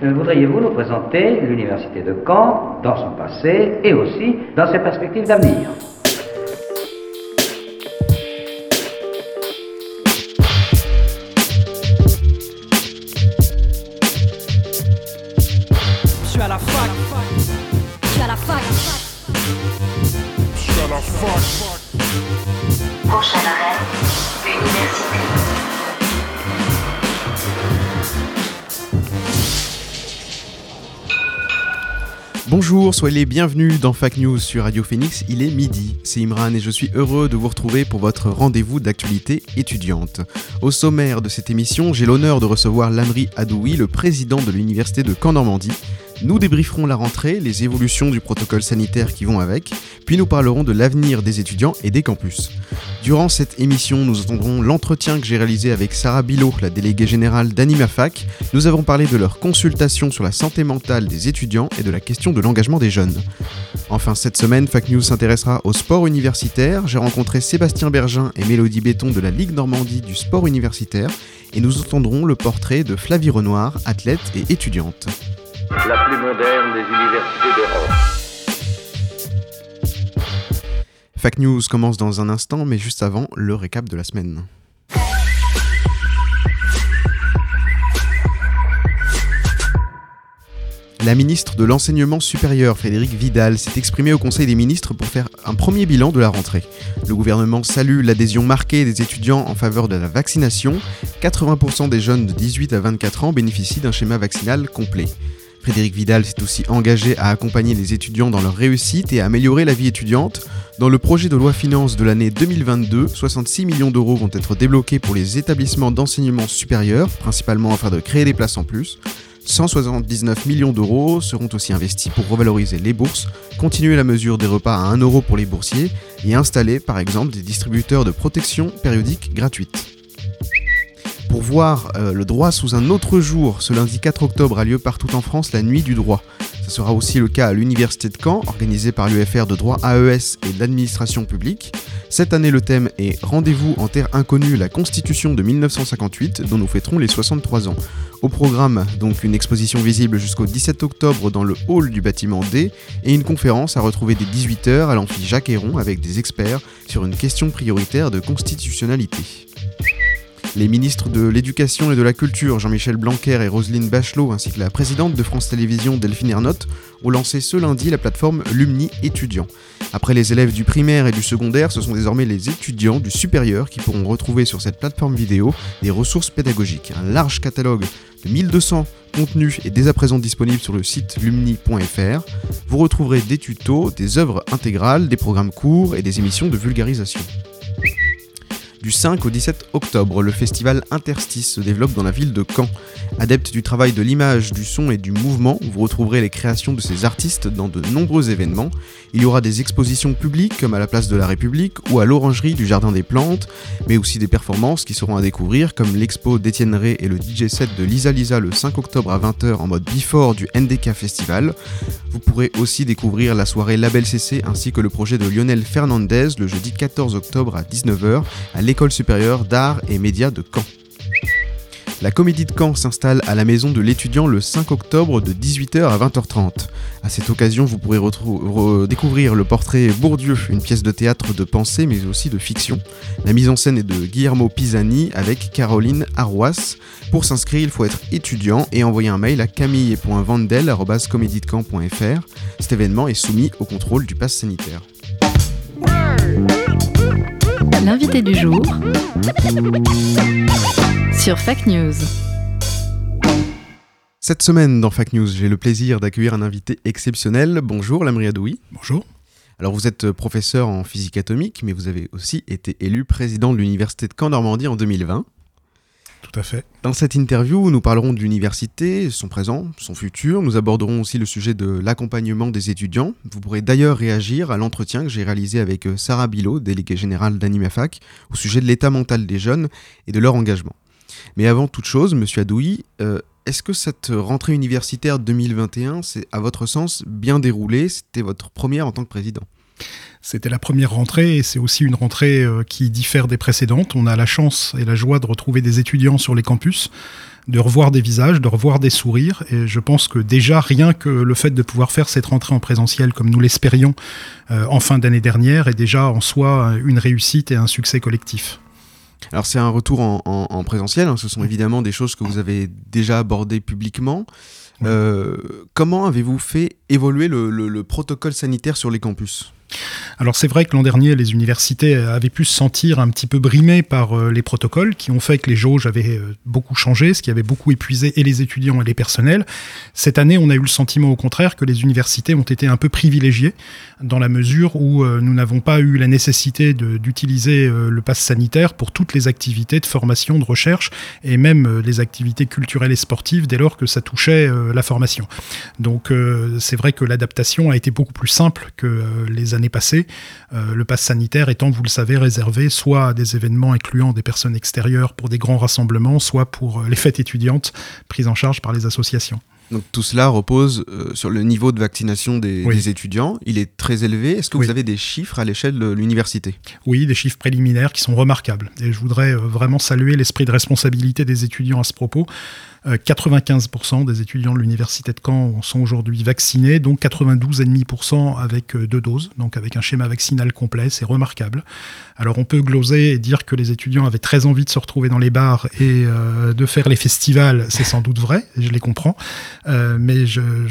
Voudriez-vous nous présenter l'université de Caen dans son passé et aussi dans ses perspectives d'avenir? Je suis à la fac. Je suis à la fac. Je suis à la fac. Prochain arrêt, université. Bonjour, soyez les bienvenus dans Fac News sur Radio Phoenix, il est midi, c'est Imran et je suis heureux de vous retrouver pour votre rendez-vous d'actualité étudiante. Au sommaire de cette émission, j'ai l'honneur de recevoir Lamri Adoui, le président de l'université de Caen-Normandie. Nous débrieferons la rentrée, les évolutions du protocole sanitaire qui vont avec, puis nous parlerons de l'avenir des étudiants et des campus. Durant cette émission, nous entendrons l'entretien que j'ai réalisé avec Sarah Bilot, la déléguée générale d'AnimaFac. Nous avons parlé de leur consultation sur la santé mentale des étudiants et de la question de l'engagement des jeunes. Enfin, cette semaine, Fac News s'intéressera au sport universitaire. J'ai rencontré Sébastien Bergin et Mélodie Béton de la Ligue Normandie du sport universitaire et nous entendrons le portrait de Flavie Renoir, athlète et étudiante. La plus moderne des universités d'Europe. Fac News commence dans un instant, mais juste avant, le récap de la semaine. La ministre de l'Enseignement supérieur, Frédérique Vidal, s'est exprimée au Conseil des ministres pour faire un premier bilan de la rentrée. Le gouvernement salue l'adhésion marquée des étudiants en faveur de la vaccination. 80% des jeunes de 18 à 24 ans bénéficient d'un schéma vaccinal complet. Frédérique Vidal s'est aussi engagée à accompagner les étudiants dans leur réussite et à améliorer la vie étudiante. Dans le projet de loi finances de l'année 2022, 66 millions d'euros vont être débloqués pour les établissements d'enseignement supérieur, principalement afin de créer des places en plus. 179 millions d'euros seront aussi investis pour revaloriser les bourses, continuer la mesure des repas à 1 euro pour les boursiers et installer par exemple des distributeurs de protection périodique gratuite. Pour voir le droit sous un autre jour, ce lundi 4 octobre a lieu partout en France la Nuit du droit. Ce sera aussi le cas à l'Université de Caen, organisée par l'UFR de droit AES et de l'administration publique. Cette année, le thème est « Rendez-vous en terre inconnue, la Constitution de 1958 » dont nous fêterons les 63 ans. Au programme, donc une exposition visible jusqu'au 17 octobre dans le hall du bâtiment D et une conférence à retrouver dès 18h à l'amphi Jacques Héron avec des experts sur une question prioritaire de constitutionnalité. Les ministres de l'Éducation et de la Culture, Jean-Michel Blanquer et Roselyne Bachelot, ainsi que la présidente de France Télévisions, Delphine Ernotte, ont lancé ce lundi la plateforme Lumni Étudiants. Après les élèves du primaire et du secondaire, ce sont désormais les étudiants du supérieur qui pourront retrouver sur cette plateforme vidéo des ressources pédagogiques. Un large catalogue de 1200 contenus est dès à présent disponible sur le site lumni.fr. Vous retrouverez des tutos, des œuvres intégrales, des programmes courts et des émissions de vulgarisation. Du 5 au 17 octobre, le festival Interstice se développe dans la ville de Caen. Adepte du travail de l'image, du son et du mouvement, vous retrouverez les créations de ces artistes dans de nombreux événements. Il y aura des expositions publiques comme à la place de la République ou à l'Orangerie du Jardin des Plantes, mais aussi des performances qui seront à découvrir comme l'expo d'Étienne Rey et le DJ set de Lisa Lisa le 5 octobre à 20h en mode before du NDK Festival. Vous pourrez aussi découvrir la soirée Label CC ainsi que le projet de Lionel Fernandez le jeudi 14 octobre à 19h à l'École supérieure d'art et médias de Caen. La Comédie de Caen s'installe à la maison de l'étudiant le 5 octobre de 18h à 20h30. À cette occasion, vous pourrez découvrir le portrait Bourdieu, une pièce de théâtre de pensée mais aussi de fiction. La mise en scène est de Guillermo Pisani avec Caroline Arroas. Pour s'inscrire, il faut être étudiant et envoyer un mail à camille.vandel@comédiedecaen.fr. Cet événement est soumis au contrôle du pass sanitaire. L'invité du jour sur Fac News. Cette semaine dans Fac News, j'ai le plaisir d'accueillir un invité exceptionnel. Bonjour Lamri Adoui. Bonjour. Alors vous êtes professeur en physique atomique, mais vous avez aussi été élu président de l'Université de Caen-Normandie en 2020. Tout à fait. Dans cette interview, nous parlerons de l'université, son présent, son futur. Nous aborderons aussi le sujet de l'accompagnement des étudiants. Vous pourrez d'ailleurs réagir à l'entretien que j'ai réalisé avec Sarah Bilot, déléguée générale d'AnimaFac, au sujet de l'état mental des jeunes et de leur engagement. Mais avant toute chose, monsieur Adoui, est-ce que cette rentrée universitaire 2021 s'est, à votre sens, bien déroulée ? C'était votre première en tant que président ? C'était la première rentrée et c'est aussi une rentrée qui diffère des précédentes. On a la chance et la joie de retrouver des étudiants sur les campus. de revoir des visages, de revoir des sourires. Et je pense que déjà, rien que le fait de pouvoir faire cette rentrée en présentiel comme nous l'espérions en fin d'année dernière est déjà en soi une réussite et un succès collectif. Alors c'est un retour en présentiel, hein, ce sont évidemment des choses que vous avez déjà abordées publiquement. Comment avez-vous fait évoluer le protocole sanitaire sur les campus ? Alors c'est vrai que l'an dernier, les universités avaient pu se sentir un petit peu brimées par les protocoles qui ont fait que les jauges avaient beaucoup changé, ce qui avait beaucoup épuisé et les étudiants et les personnels. Cette année, on a eu le sentiment au contraire que les universités ont été un peu privilégiées dans la mesure où nous n'avons pas eu la nécessité d'utiliser le pass sanitaire pour toutes les activités de formation, de recherche et même les activités culturelles et sportives dès lors que ça touchait la formation. Donc c'est vrai que l'adaptation a été beaucoup plus simple que les années passées, le pass sanitaire étant, vous le savez, réservé soit à des événements incluant des personnes extérieures pour des grands rassemblements, soit pour les fêtes étudiantes prises en charge par les associations. Donc tout cela repose sur le niveau de vaccination des étudiants. Il est très élevé. Est-ce que vous avez des chiffres à l'échelle de l'université ? Oui, des chiffres préliminaires qui sont remarquables. Et je voudrais vraiment saluer l'esprit de responsabilité des étudiants à ce propos. 95% des étudiants de l'université de Caen sont aujourd'hui vaccinés, donc 92,5% avec 2 doses, donc avec un schéma vaccinal complet, c'est remarquable. Alors on peut gloser et dire que les étudiants avaient très envie de se retrouver dans les bars et de faire les festivals, c'est sans doute vrai, je les comprends, mais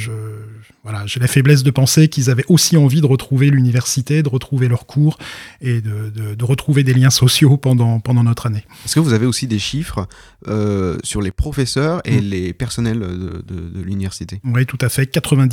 voilà, j'ai la faiblesse de penser qu'ils avaient aussi envie de retrouver l'université, de retrouver leurs cours et de retrouver des liens sociaux pendant notre année. Est-ce que vous avez aussi des chiffres sur les professeurs et les personnels de l'université ? Oui, tout à fait.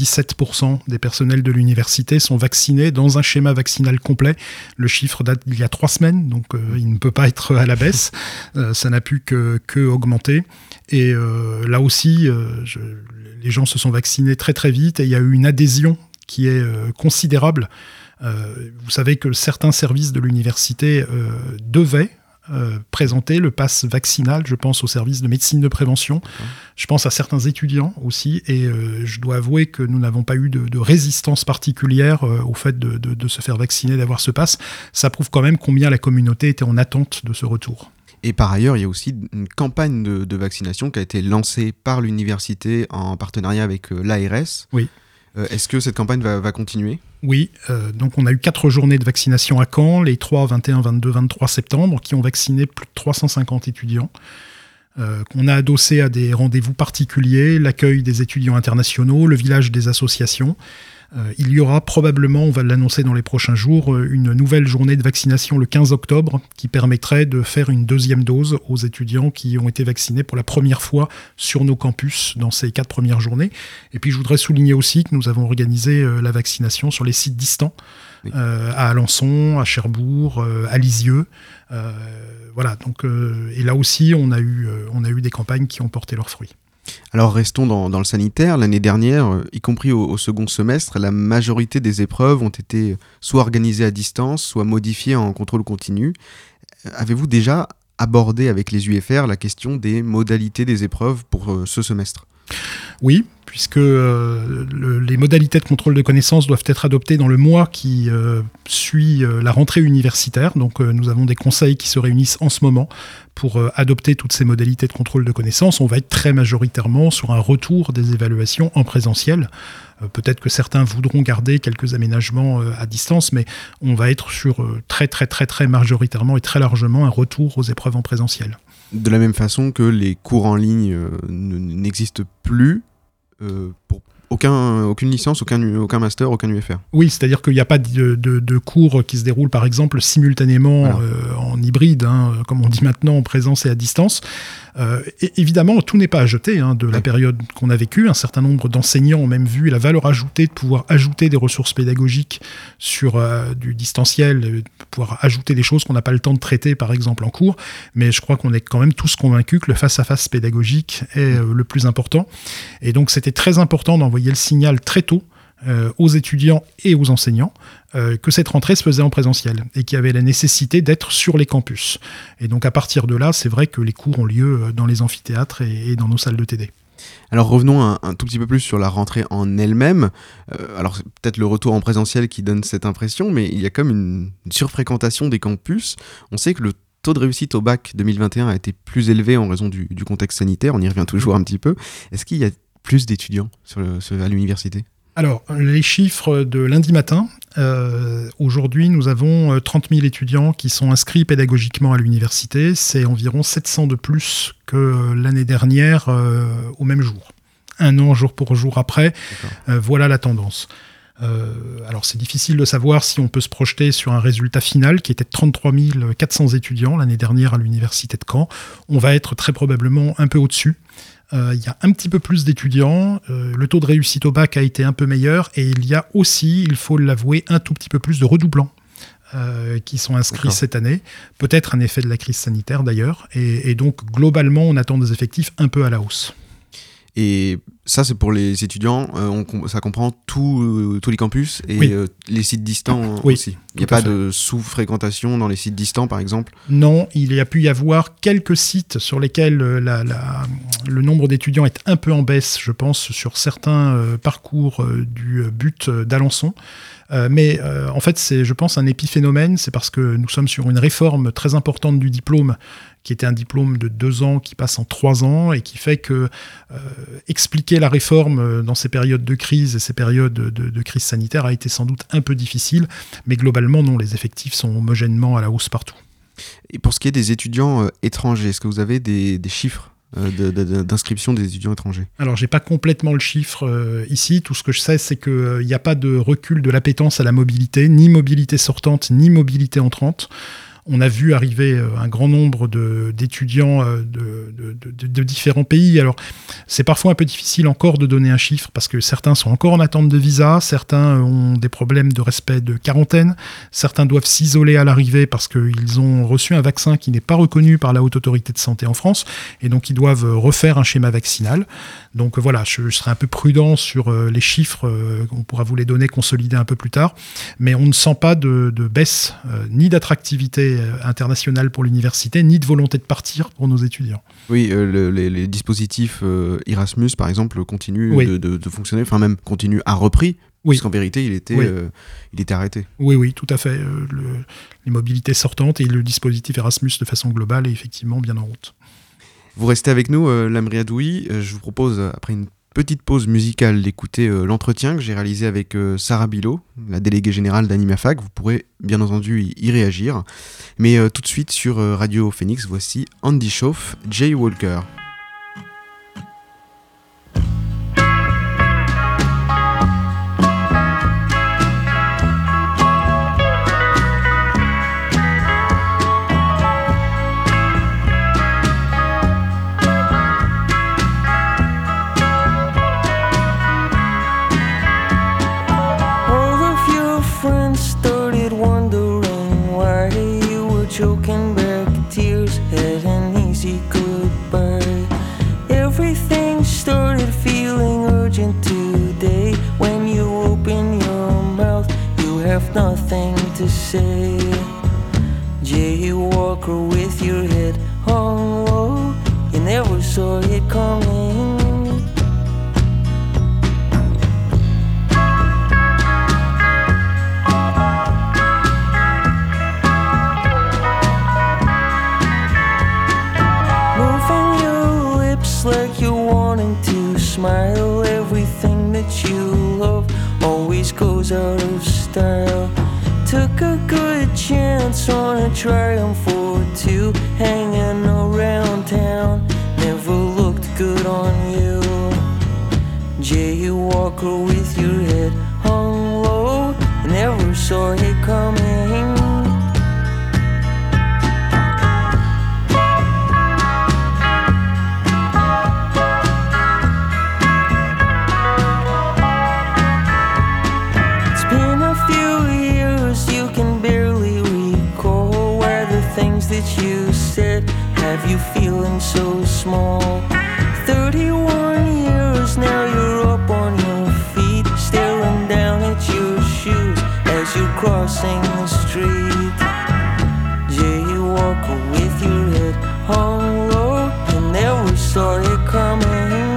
97% des personnels de l'université sont vaccinés dans un schéma vaccinal complet. Le chiffre date d'il y a 3 semaines, donc il ne peut pas être à la baisse. Ça n'a pu que augmenter. Et là aussi, les gens se sont vaccinés très très vite et il y a eu une adhésion qui est considérable. Vous savez que certains services de l'université devaient présenter le pass vaccinal, je pense au service de médecine de prévention, je pense à certains étudiants aussi, et je dois avouer que nous n'avons pas eu de résistance particulière au fait de se faire vacciner, d'avoir ce pass. Ça prouve quand même combien la communauté était en attente de ce retour. Et par ailleurs, il y a aussi une campagne de vaccination qui a été lancée par l'université en partenariat avec l'ARS. Oui. Est-ce que cette campagne va continuer ? Oui, donc on a eu 4 journées de vaccination à Caen, les 3, 21, 22, 23 septembre, qui ont vacciné plus de 350 étudiants. Qu'on a adossé à des rendez-vous particuliers, l'accueil des étudiants internationaux, le village des associations. Il y aura probablement, on va l'annoncer dans les prochains jours, une nouvelle journée de vaccination le 15 octobre qui permettrait de faire une 2e dose aux étudiants qui ont été vaccinés pour la première fois sur nos campus dans ces 4 premières journées. Et puis je voudrais souligner aussi que nous avons organisé la vaccination sur les sites distants, à Alençon, à Cherbourg, à Lisieux. Voilà, donc, et là aussi on a eu des campagnes qui ont porté leurs fruits. Alors restons dans le sanitaire. L'année dernière, y compris au second semestre, la majorité des épreuves ont été soit organisées à distance, soit modifiées en contrôle continu. Avez-vous déjà abordé avec les UFR la question des modalités des épreuves pour ce semestre ? Oui, puisque les modalités de contrôle de connaissances doivent être adoptées dans le mois qui suit la rentrée universitaire. Donc nous avons des conseils qui se réunissent en ce moment pour adopter toutes ces modalités de contrôle de connaissances. On va être très majoritairement sur un retour des évaluations en présentiel. Peut-être que certains voudront garder quelques aménagements à distance, mais on va être sur très très très très majoritairement et très largement un retour aux épreuves en présentiel. De la même façon que les cours en ligne n'existent plus pour aucune licence, aucun master, aucun UFR. Oui, c'est-à-dire qu'il n'y a pas de cours qui se déroulent par exemple simultanément en hybride, comme on dit maintenant, en présence et à distance. Et évidemment, tout n'est pas à jeter de la période qu'on a vécue. Un certain nombre d'enseignants ont même vu la valeur ajoutée de pouvoir ajouter des ressources pédagogiques sur du distanciel, de pouvoir ajouter des choses qu'on n'a pas le temps de traiter, par exemple, en cours. Mais je crois qu'on est quand même tous convaincus que le face-à-face pédagogique est le plus important. Et donc, c'était très important d'envoyer le signal très tôt aux étudiants et aux enseignants que cette rentrée se faisait en présentiel et qu'il y avait la nécessité d'être sur les campus. Et donc à partir de là, c'est vrai que les cours ont lieu dans les amphithéâtres et dans nos salles de TD. Alors revenons un tout petit peu plus sur la rentrée en elle-même. Alors c'est peut-être le retour en présentiel qui donne cette impression, mais il y a comme une surfréquentation des campus. On sait que le taux de réussite au bac 2021 a été plus élevé en raison du contexte sanitaire, on y revient toujours un petit peu. Est-ce qu'il y a plus d'étudiants à l'université ? Alors, les chiffres de lundi matin, aujourd'hui, nous avons 30 000 étudiants qui sont inscrits pédagogiquement à l'université. C'est environ 700 de plus que l'année dernière au même jour. Un an, jour pour jour après, voilà la tendance. Alors, c'est difficile de savoir si on peut se projeter sur un résultat final qui était de 33 400 étudiants l'année dernière à l'université de Caen. On va être très probablement un peu au-dessus. Il y a un petit peu plus d'étudiants, le taux de réussite au bac a été un peu meilleur et il y a aussi, il faut l'avouer, un tout petit peu plus de redoublants qui sont inscrits cette année. Peut-être un effet de la crise sanitaire d'ailleurs. Et donc globalement, on attend des effectifs un peu à la hausse. Et ça, c'est pour les étudiants, ça comprend tous les campus et les sites distants aussi. Il n'y a pas de sous-fréquentation dans les sites distants, par exemple ? Non, il y a pu y avoir quelques sites sur lesquels le nombre d'étudiants est un peu en baisse, je pense, sur certains parcours du but d'Alençon. Mais en fait, c'est, je pense, un épiphénomène. C'est parce que nous sommes sur une réforme très importante du diplôme, qui était un diplôme de 2 ans qui passe en 3 ans et qui fait que expliquer la réforme dans ces périodes de crise et ces périodes de crise sanitaire a été sans doute un peu difficile. Mais globalement, non, les effectifs sont homogènement à la hausse partout. Et pour ce qui est des étudiants étrangers, est-ce que vous avez des chiffres d'inscription des étudiants étrangers? Alors, j'ai pas complètement le chiffre ici. Tout ce que je sais, c'est qu'il n'y a pas de recul de l'appétence à la mobilité, ni mobilité sortante, ni mobilité entrante. On a vu arriver un grand nombre d'étudiants de différents pays. Alors, c'est parfois un peu difficile encore de donner un chiffre parce que certains sont encore en attente de visa, certains ont des problèmes de respect de quarantaine, certains doivent s'isoler à l'arrivée parce qu'ils ont reçu un vaccin qui n'est pas reconnu par la Haute Autorité de Santé en France et donc ils doivent refaire un schéma vaccinal. Donc voilà, je serai un peu prudent sur les chiffres, on pourra vous les donner consolidés un peu plus tard, mais on ne sent pas de baisse ni d'attractivité internationale pour l'université, ni de volonté de partir pour nos étudiants. Oui, les dispositifs Erasmus, par exemple, continuent de fonctionner, enfin même continuent à repris, puisqu'en vérité, il était arrêté. Oui, tout à fait. Les mobilités sortantes et le dispositif Erasmus de façon globale est effectivement bien en route. Vous restez avec nous, Lamri Adoui. Je vous propose, après une petite pause musicale, d'écouter l'entretien que j'ai réalisé avec Sarah Bilot, la déléguée générale d'AnimaFac. Vous pourrez bien entendu y réagir. Mais tout de suite sur Radio Phoenix, voici Andy Shauf, Jay Walker. Choking back tears, had an easy goodbye. Everything started feeling urgent today. When you open your mouth, you have nothing to say. Jay Walker with your head hung low, you never saw it coming. Like you're wanting to smile, everything that you love always goes out of style. Took a good chance on a triumph or two, hanging around town, never looked good on you. Jay Walker with your head hung low, never saw it coming. That you said have you feeling so small. 31 years now you're up on your feet, staring down at your shoes as you're crossing the street. Jay Walker with your head hung low, you never saw it coming.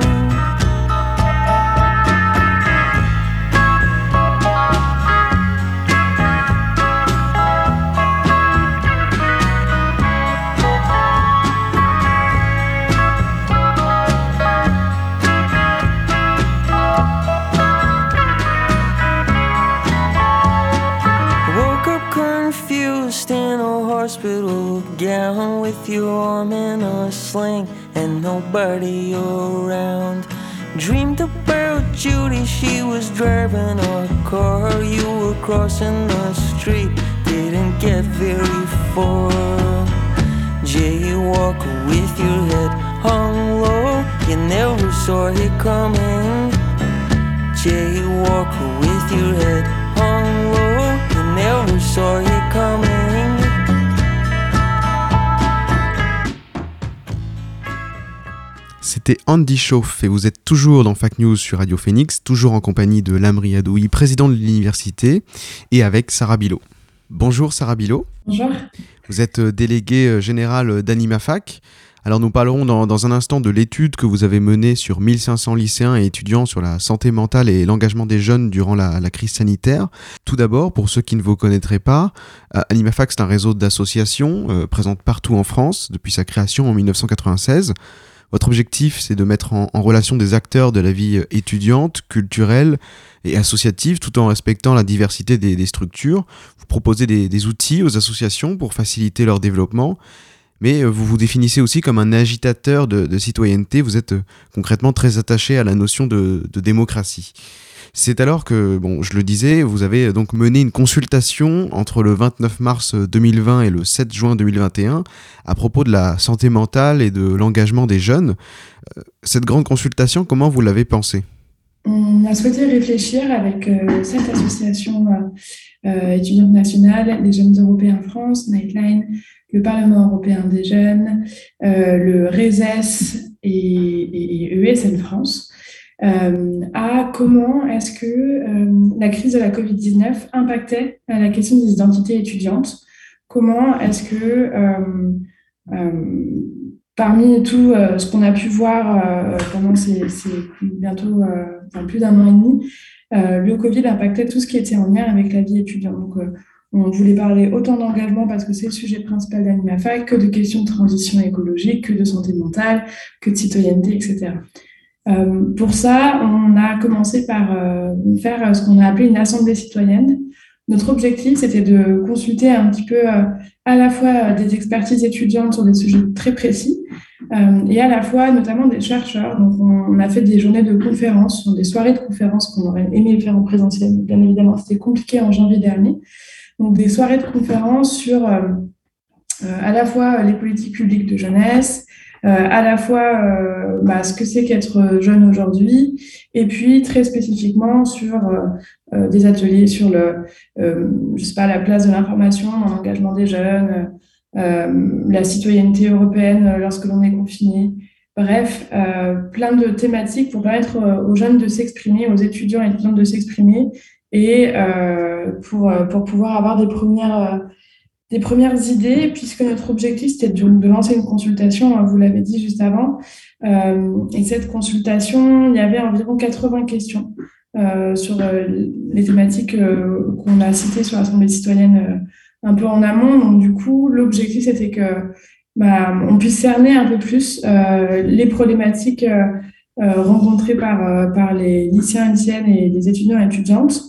gown with your arm in a sling and nobody around. Dreamed about Judy, she was driving a car. You were crossing the street, didn't get very far. Jaywalker with your head hung low, you never saw it coming. Jaywalker with your head hung low, you never saw it coming. C'était Andy Shauf et vous êtes toujours dans Fake News sur Radio Phoenix, toujours en compagnie de Lamri Adoui, président de l'université, et avec Sarah Bilot. Bonjour Sarah Bilot. Bonjour. Vous êtes déléguée générale d'AnimaFac. Alors nous parlerons dans un instant de l'étude que vous avez menée sur 1500 lycéens et étudiants sur la santé mentale et l'engagement des jeunes durant la crise sanitaire. Tout d'abord, pour ceux qui ne vous connaîtraient pas, AnimaFac c'est un réseau d'associations présentes partout en France depuis sa création en 1996. Votre objectif, c'est de mettre en relation des acteurs de la vie étudiante, culturelle et associative, tout en respectant la diversité des structures. Vous proposez des outils aux associations pour faciliter leur développement, mais vous vous définissez aussi comme un agitateur de citoyenneté. Vous êtes concrètement très attaché à la notion de démocratie. C'est alors que, je le disais, vous avez donc mené une consultation entre le 29 mars 2020 et le 7 juin 2021 à propos de la santé mentale et de l'engagement des jeunes. Cette grande consultation, comment vous l'avez pensée ? On a souhaité réfléchir avec 7 associations étudiantes nationales, les Jeunes Européens France, Nightline, le Parlement européen des jeunes, le RESES et ESN France, à comment est-ce que la crise de la Covid-19 impactait la question des identités étudiantes. Comment est-ce que, parmi tout ce qu'on a pu voir pendant ces bientôt plus d'un an et demi, le Covid impactait tout ce qui était en lien avec la vie étudiante. Donc, on voulait parler autant d'engagement parce que c'est le sujet principal d'AnimaFac, que de questions de transition écologique, que de santé mentale, que de citoyenneté, etc. Pour ça, on a commencé par faire ce qu'on a appelé une assemblée citoyenne. Notre objectif, c'était de consulter un petit peu à la fois des expertises étudiantes sur des sujets très précis et à la fois notamment des chercheurs. Donc, on a fait des journées de conférences, des soirées de conférences qu'on aurait aimé faire en présentiel. Bien évidemment, c'était compliqué en janvier dernier. Donc, des soirées de conférences sur à la fois les politiques publiques de jeunesse, à la fois ce que c'est qu'être jeune aujourd'hui, et puis très spécifiquement sur des ateliers sur la place de l'information dans l'engagement des jeunes, la citoyenneté européenne lorsque l'on est confiné. Bref, plein de thématiques pour permettre aux jeunes de s'exprimer, aux étudiants et étudiantes de s'exprimer, et pour pouvoir avoir des premières idées, puisque notre objectif, c'était de lancer une consultation, vous l'avez dit juste avant. Et cette consultation, il y avait environ 80 questions sur les thématiques qu'on a citées sur l'Assemblée citoyenne un peu en amont. Donc, du coup, l'objectif, c'était que on puisse cerner un peu plus les problématiques rencontrées par les lycéens et lycéennes et les étudiants et étudiantes.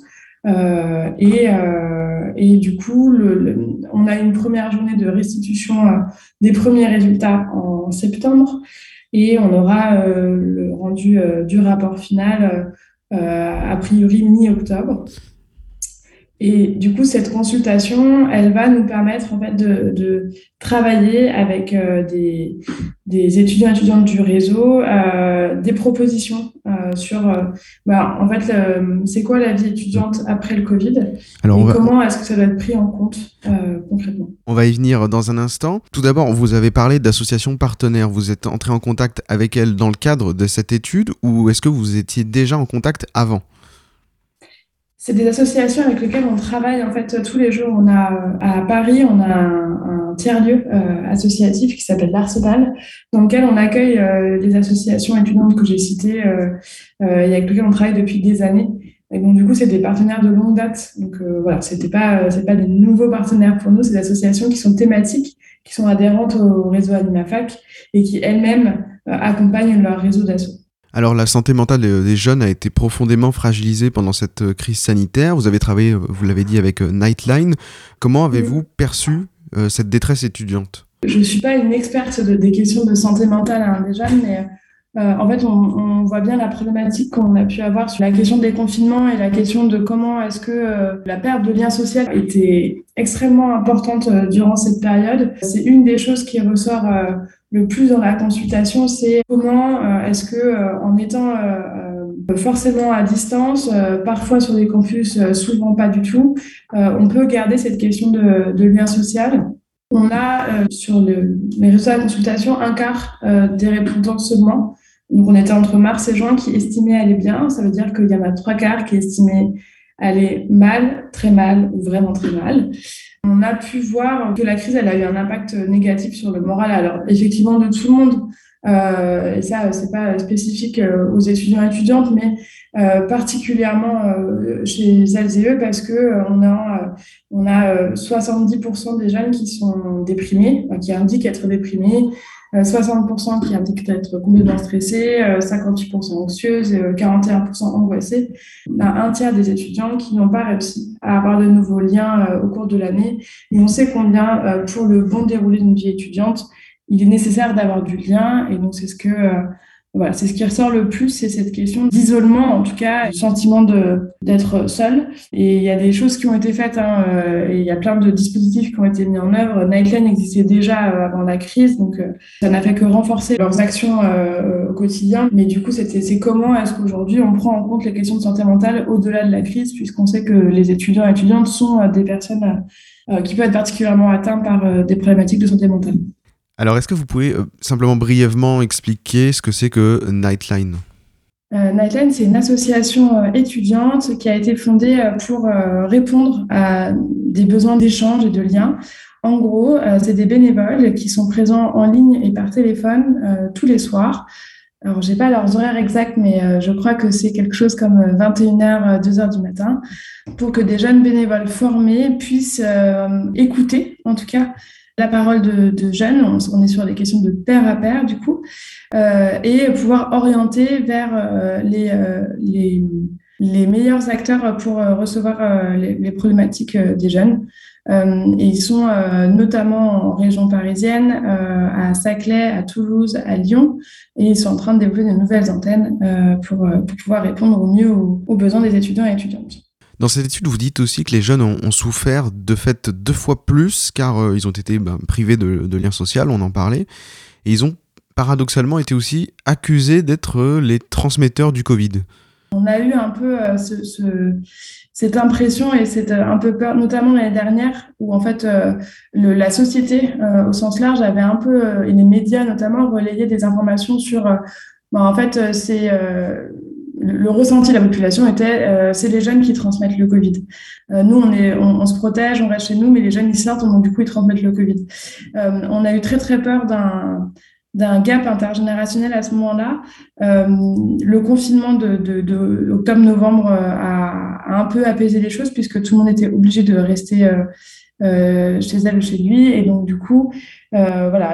Et du coup, on a une première journée de restitution des premiers résultats en septembre et on aura le rendu du rapport final a priori mi-octobre. Et du coup, cette consultation, elle va nous permettre en fait de travailler avec des étudiants et étudiantes du réseau, des propositions sur en fait c'est quoi la vie étudiante après le Covid. Alors comment est-ce que ça doit être pris en compte concrètement. On va y venir dans un instant. Tout d'abord, vous avez parlé d'associations partenaires. Vous êtes entré en contact avec elles dans le cadre de cette étude ou est-ce que vous étiez déjà en contact avant ? C'est des associations avec lesquelles on travaille en fait tous les jours. À Paris, on a un tiers-lieu associatif qui s'appelle l'Arsenal, dans lequel on accueille les associations étudiantes que j'ai citées et avec lesquelles on travaille depuis des années. Et donc du coup, c'est des partenaires de longue date. Donc c'est pas des nouveaux partenaires pour nous, c'est des associations qui sont thématiques, qui sont adhérentes au réseau AnimaFac et qui elles-mêmes accompagnent leur réseau d'asso. Alors la santé mentale des jeunes a été profondément fragilisée pendant cette crise sanitaire. Vous avez travaillé, vous l'avez dit, avec Nightline. Comment avez-vous perçu cette détresse étudiante ? Je ne suis pas une experte des questions de santé mentale des jeunes, mais en fait, on voit bien la problématique qu'on a pu avoir sur la question des confinements et la question de comment est-ce que la perte de lien social était extrêmement importante durant cette période. C'est une des choses qui ressort le plus dans la consultation, c'est comment est-ce que en étant forcément à distance, parfois sur des campus, souvent pas du tout, on peut garder cette question de lien social. On a sur les résultats de consultation un quart des répondants seulement. Donc on était entre mars et juin qui estimaient aller bien. Ça veut dire qu'il y en a 3/4 qui estimaient aller mal, très mal ou vraiment très mal. On a pu voir que la crise elle a eu un impact négatif sur le moral. Alors effectivement de tout le monde. Et ça, c'est pas spécifique aux étudiants et étudiantes, mais particulièrement chez celles et eux, parce que on a 70% des jeunes qui sont déprimés, qui indiquent être déprimés, 60% qui indiquent être complètement stressés, 58% anxieuses, 41% angoissés. On a un tiers des étudiants qui n'ont pas réussi à avoir de nouveaux liens au cours de l'année. Et on sait combien, pour le bon déroulé d'une vie étudiante, il est nécessaire d'avoir du lien, et donc c'est ce qui ressort le plus, c'est cette question d'isolement, en tout cas, du sentiment d'être seul. Et il y a des choses qui ont été faites, et il y a plein de dispositifs qui ont été mis en œuvre. Nightline existait déjà avant la crise, donc ça n'a fait que renforcer leurs actions au quotidien. Mais du coup, c'est comment est-ce qu'aujourd'hui on prend en compte les questions de santé mentale au-delà de la crise, puisqu'on sait que les étudiants et étudiantes sont des personnes qui peuvent être particulièrement atteintes par des problématiques de santé mentale. Alors, est-ce que vous pouvez simplement brièvement expliquer ce que c'est que Nightline ? Nightline, c'est une association étudiante qui a été fondée pour répondre à des besoins d'échange et de lien. En gros, c'est des bénévoles qui sont présents en ligne et par téléphone tous les soirs. Alors, j'ai pas leurs horaires exacts, mais je crois que c'est quelque chose comme 21h, 2h du matin, pour que des jeunes bénévoles formés puissent écouter, en tout cas, la parole de jeunes. On est sur des questions de pair à pair, du coup, et pouvoir orienter vers les meilleurs acteurs pour recevoir les problématiques des jeunes. Et ils sont notamment en région parisienne, à Saclay, à Toulouse, à Lyon, et ils sont en train de développer de nouvelles antennes pour pouvoir répondre au mieux aux besoins des étudiants et étudiantes. Dans cette étude, vous dites aussi que les jeunes ont souffert de fait 2 fois plus, car ils ont été privés de lien social, on en parlait, et ils ont paradoxalement été aussi accusés d'être les transmetteurs du Covid. On a eu un peu cette impression et cette un peu peur, notamment l'année dernière, où en fait la société au sens large avait un peu, et les médias notamment, relayé des informations sur, en fait, c'est... Le ressenti de la population était c'est les jeunes qui transmettent le Covid. Nous, on se protège, on reste chez nous, mais les jeunes, ils sortent, donc du coup, ils transmettent le Covid. On a eu très, très peur d'un gap intergénérationnel à ce moment-là. Le confinement de octobre-novembre a un peu apaisé les choses, puisque tout le monde était obligé de rester chez elle ou chez lui. Et donc, du coup, voilà,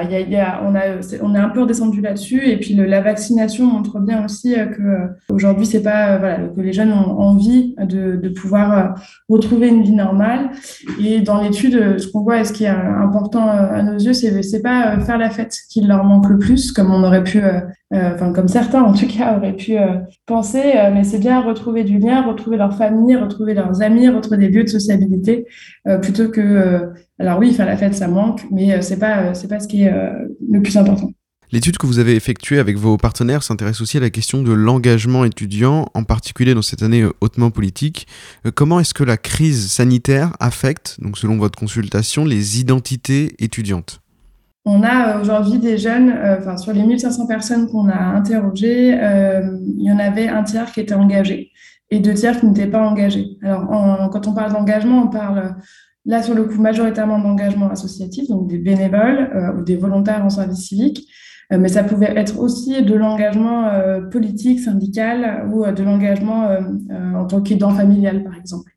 on est un peu redescendu là-dessus. Et puis, la vaccination montre bien aussi qu'aujourd'hui, c'est pas, que les jeunes ont envie de pouvoir retrouver une vie normale. Et dans l'étude, ce qu'on voit et ce qui est important à nos yeux, c'est pas faire la fête qui leur manque le plus, comme on aurait pu, comme certains en tout cas auraient pu penser, mais c'est bien retrouver du lien, retrouver leur famille, retrouver leurs amis, retrouver des lieux de sociabilité, plutôt que alors oui, faire la fête, ça manque, mais c'est pas ce qui est le plus important. L'étude que vous avez effectuée avec vos partenaires s'intéresse aussi à la question de l'engagement étudiant, en particulier dans cette année hautement politique. Comment est-ce que la crise sanitaire affecte, donc selon votre consultation, les identités étudiantes ? On a aujourd'hui des jeunes, sur les 1500 personnes qu'on a interrogées, il y en avait un tiers qui était engagé et 2 tiers qui n'étaient pas engagés. Alors, quand on parle d'engagement, on parle... Là, sur le coup, majoritairement d'engagement associatif, donc des bénévoles ou des volontaires en service civique, mais ça pouvait être aussi de l'engagement politique, syndical ou de l'engagement en tant qu'aidant familial, par exemple.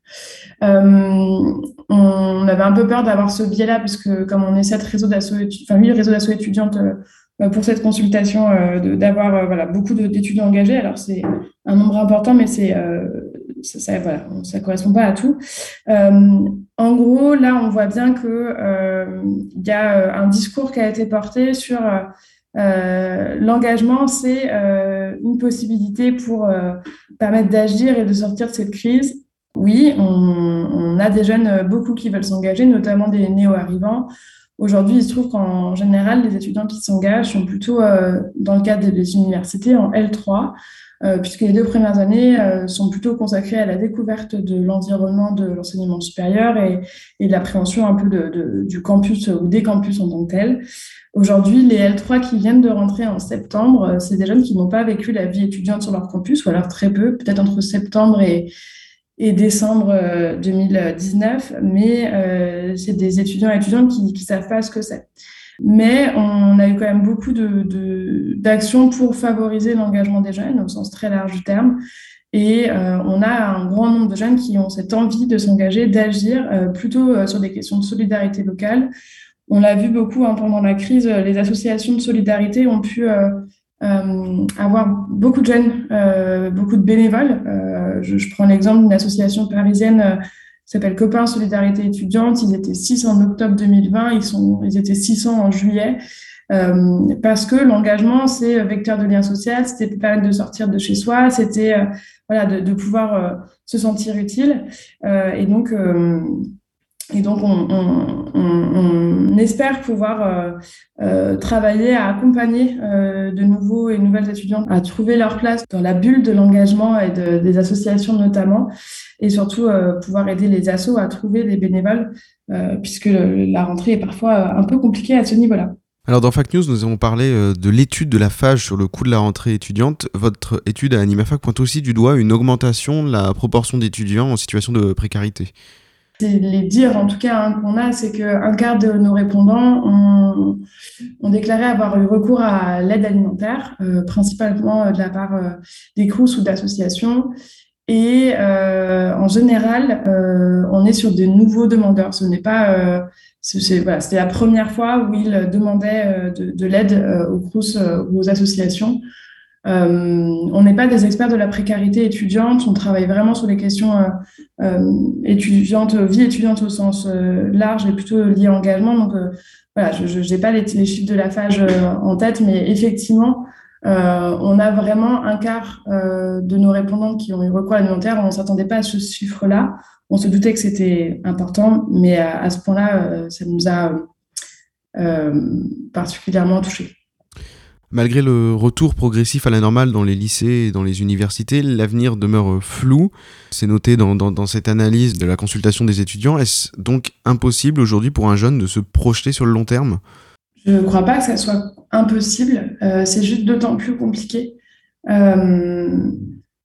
On avait un peu peur d'avoir ce biais-là, parce que comme on est 7 réseaux d'asso étudiantes pour cette consultation, d'avoir beaucoup d'étudiants engagés. Alors, c'est un nombre important, mais ça correspond pas à tout. En gros, là, on voit bien que il y a un discours qui a été porté sur l'engagement, c'est une possibilité pour permettre d'agir et de sortir de cette crise. Oui, on a des jeunes, beaucoup qui veulent s'engager, notamment des néo-arrivants. Aujourd'hui, il se trouve qu'en général, les étudiants qui s'engagent sont plutôt dans le cadre des universités en L3, puisque les 2 premières années sont plutôt consacrées à la découverte de l'environnement de l'enseignement supérieur et de l'appréhension un peu du campus ou des campus en tant que tel. Aujourd'hui, les L3 qui viennent de rentrer en septembre, c'est des jeunes qui n'ont pas vécu la vie étudiante sur leur campus, ou alors très peu, peut-être entre septembre et décembre 2019, mais c'est des étudiants et étudiantes qui savent pas ce que c'est. Mais on a eu quand même beaucoup d'actions pour favoriser l'engagement des jeunes au sens très large du terme. Et on a un grand nombre de jeunes qui ont cette envie de s'engager, d'agir, plutôt sur des questions de solidarité locale. On l'a vu beaucoup pendant la crise, les associations de solidarité ont pu avoir beaucoup de jeunes, beaucoup de bénévoles. Je prends l'exemple d'une association parisienne qui s'appelle Copains Solidarité Étudiante. Ils étaient 6 en octobre 2020, ils étaient 600 en juillet, parce que l'engagement, c'est vecteur de lien social, c'était permettre de sortir de chez soi, c'était de pouvoir se sentir utile. Et donc, on espère pouvoir travailler à accompagner de nouveaux et nouvelles étudiants à trouver leur place dans la bulle de l'engagement et des associations notamment, et surtout pouvoir aider les assos à trouver des bénévoles, puisque la rentrée est parfois un peu compliquée à ce niveau-là. Alors dans Fact News, nous avons parlé de l'étude de la FAGE sur le coût de la rentrée étudiante. Votre étude à AnimaFac pointe aussi du doigt une augmentation de la proportion d'étudiants en situation de précarité. Les dires en tout cas qu'on a, c'est qu'un quart de nos répondants ont déclaré avoir eu recours à l'aide alimentaire, principalement de la part des CROUS ou d'associations. Et en général, on est sur de nouveaux demandeurs. Ce n'est pas, c'était la première fois où ils demandaient de l'aide aux CROUS ou aux associations. On n'est pas des experts de la précarité étudiante, on travaille vraiment sur les questions étudiantes, vie étudiante au sens large et plutôt liées à engagement. Donc je n'ai pas les chiffres de la FAGE en tête, mais effectivement, on a vraiment un quart de nos répondants qui ont eu recours à l'alimentaire. On ne s'attendait pas à ce chiffre-là. On se doutait que c'était important, mais à ce point-là, ça nous a particulièrement touchés. Malgré le retour progressif à la normale dans les lycées et dans les universités, l'avenir demeure flou. C'est noté dans cette analyse de la consultation des étudiants. Est-ce donc impossible aujourd'hui pour un jeune de se projeter sur le long terme ? Je ne crois pas que ça soit impossible. C'est juste d'autant plus compliqué. On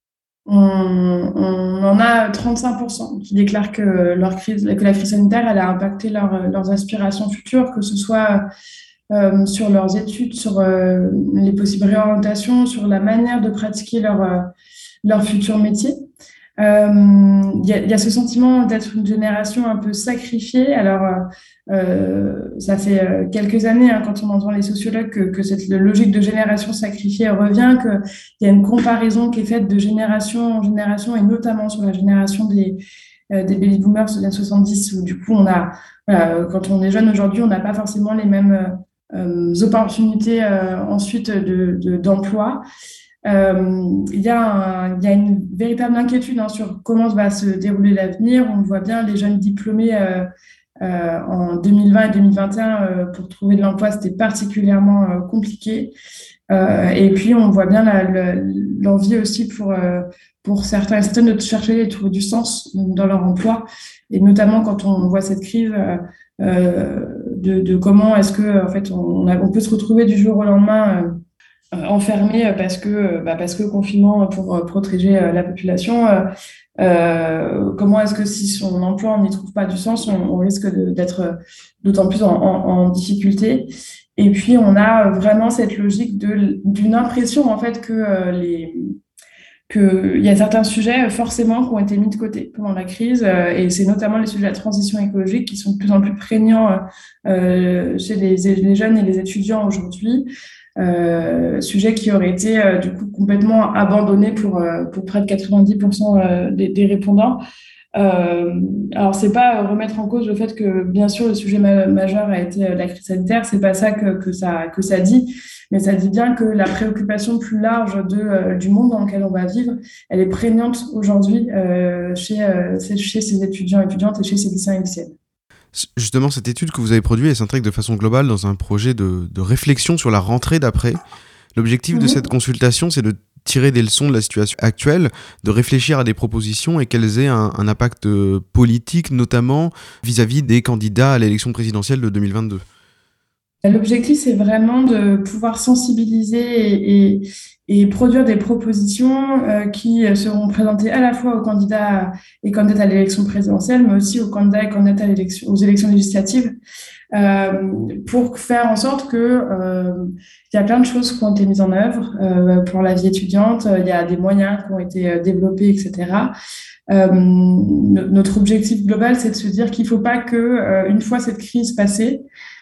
en a 35% qui déclarent que la crise sanitaire elle a impacté leurs aspirations futures, que ce soit sur leurs études, sur les possibles réorientations, sur la manière de pratiquer leur futur métier. Il y a ce sentiment d'être une génération un peu sacrifiée. Alors, ça fait quelques années, quand on entend les sociologues, que cette logique de génération sacrifiée revient, qu'il y a une comparaison qui est faite de génération en génération, et notamment sur la génération des baby boomers des années 70, où du coup, quand on est jeune aujourd'hui, on n'a pas forcément les mêmes opportunités ensuite d'emploi. Il y a une véritable inquiétude sur comment va se dérouler l'avenir. On voit bien, les jeunes diplômés en 2020 et 2021, pour trouver de l'emploi, c'était particulièrement compliqué. Et puis, on voit bien l'envie aussi pour certains et certaines de chercher et trouver du sens dans leur emploi. Et notamment quand on voit cette crise de comment est-ce que en fait, on peut se retrouver du jour au lendemain enfermé parce que confinement pour protéger la population. Comment est-ce que si son emploi on n'y trouve pas du sens, on risque d'être d'autant plus en difficulté. Et puis on a vraiment cette logique d'une impression en fait qu'il y a certains sujets forcément qui ont été mis de côté pendant la crise, et c'est notamment les sujets de la transition écologique qui sont de plus en plus prégnants chez les jeunes et les étudiants aujourd'hui. sujet qui aurait été du coup complètement abandonné pour près de 90% des répondants. Alors, c'est pas remettre en cause le fait que, bien sûr, le sujet majeur a été la crise sanitaire. C'est pas ça que ça dit, mais ça dit bien que la préoccupation plus large du monde dans lequel on va vivre, elle est prégnante aujourd'hui chez ces étudiants et étudiantes et chez ces lycéens et lycéennes. Justement, cette étude que vous avez produite, elle s'intègre de façon globale dans un projet de réflexion sur la rentrée d'après. L'objectif de cette consultation, c'est de tirer des leçons de la situation actuelle, de réfléchir à des propositions et qu'elles aient un impact politique, notamment vis-à-vis des candidats à l'élection présidentielle de 2022. L'objectif, c'est vraiment de pouvoir sensibiliser et produire des propositions qui seront présentées à la fois aux candidats et candidates à l'élection présidentielle, mais aussi aux candidats et candidates aux élections législatives, pour faire en sorte que il y a plein de choses qui ont été mises en œuvre pour la vie étudiante, il y a des moyens qui ont été développés, etc. Notre objectif global, c'est de se dire qu'il ne faut pas que, une fois cette crise passée,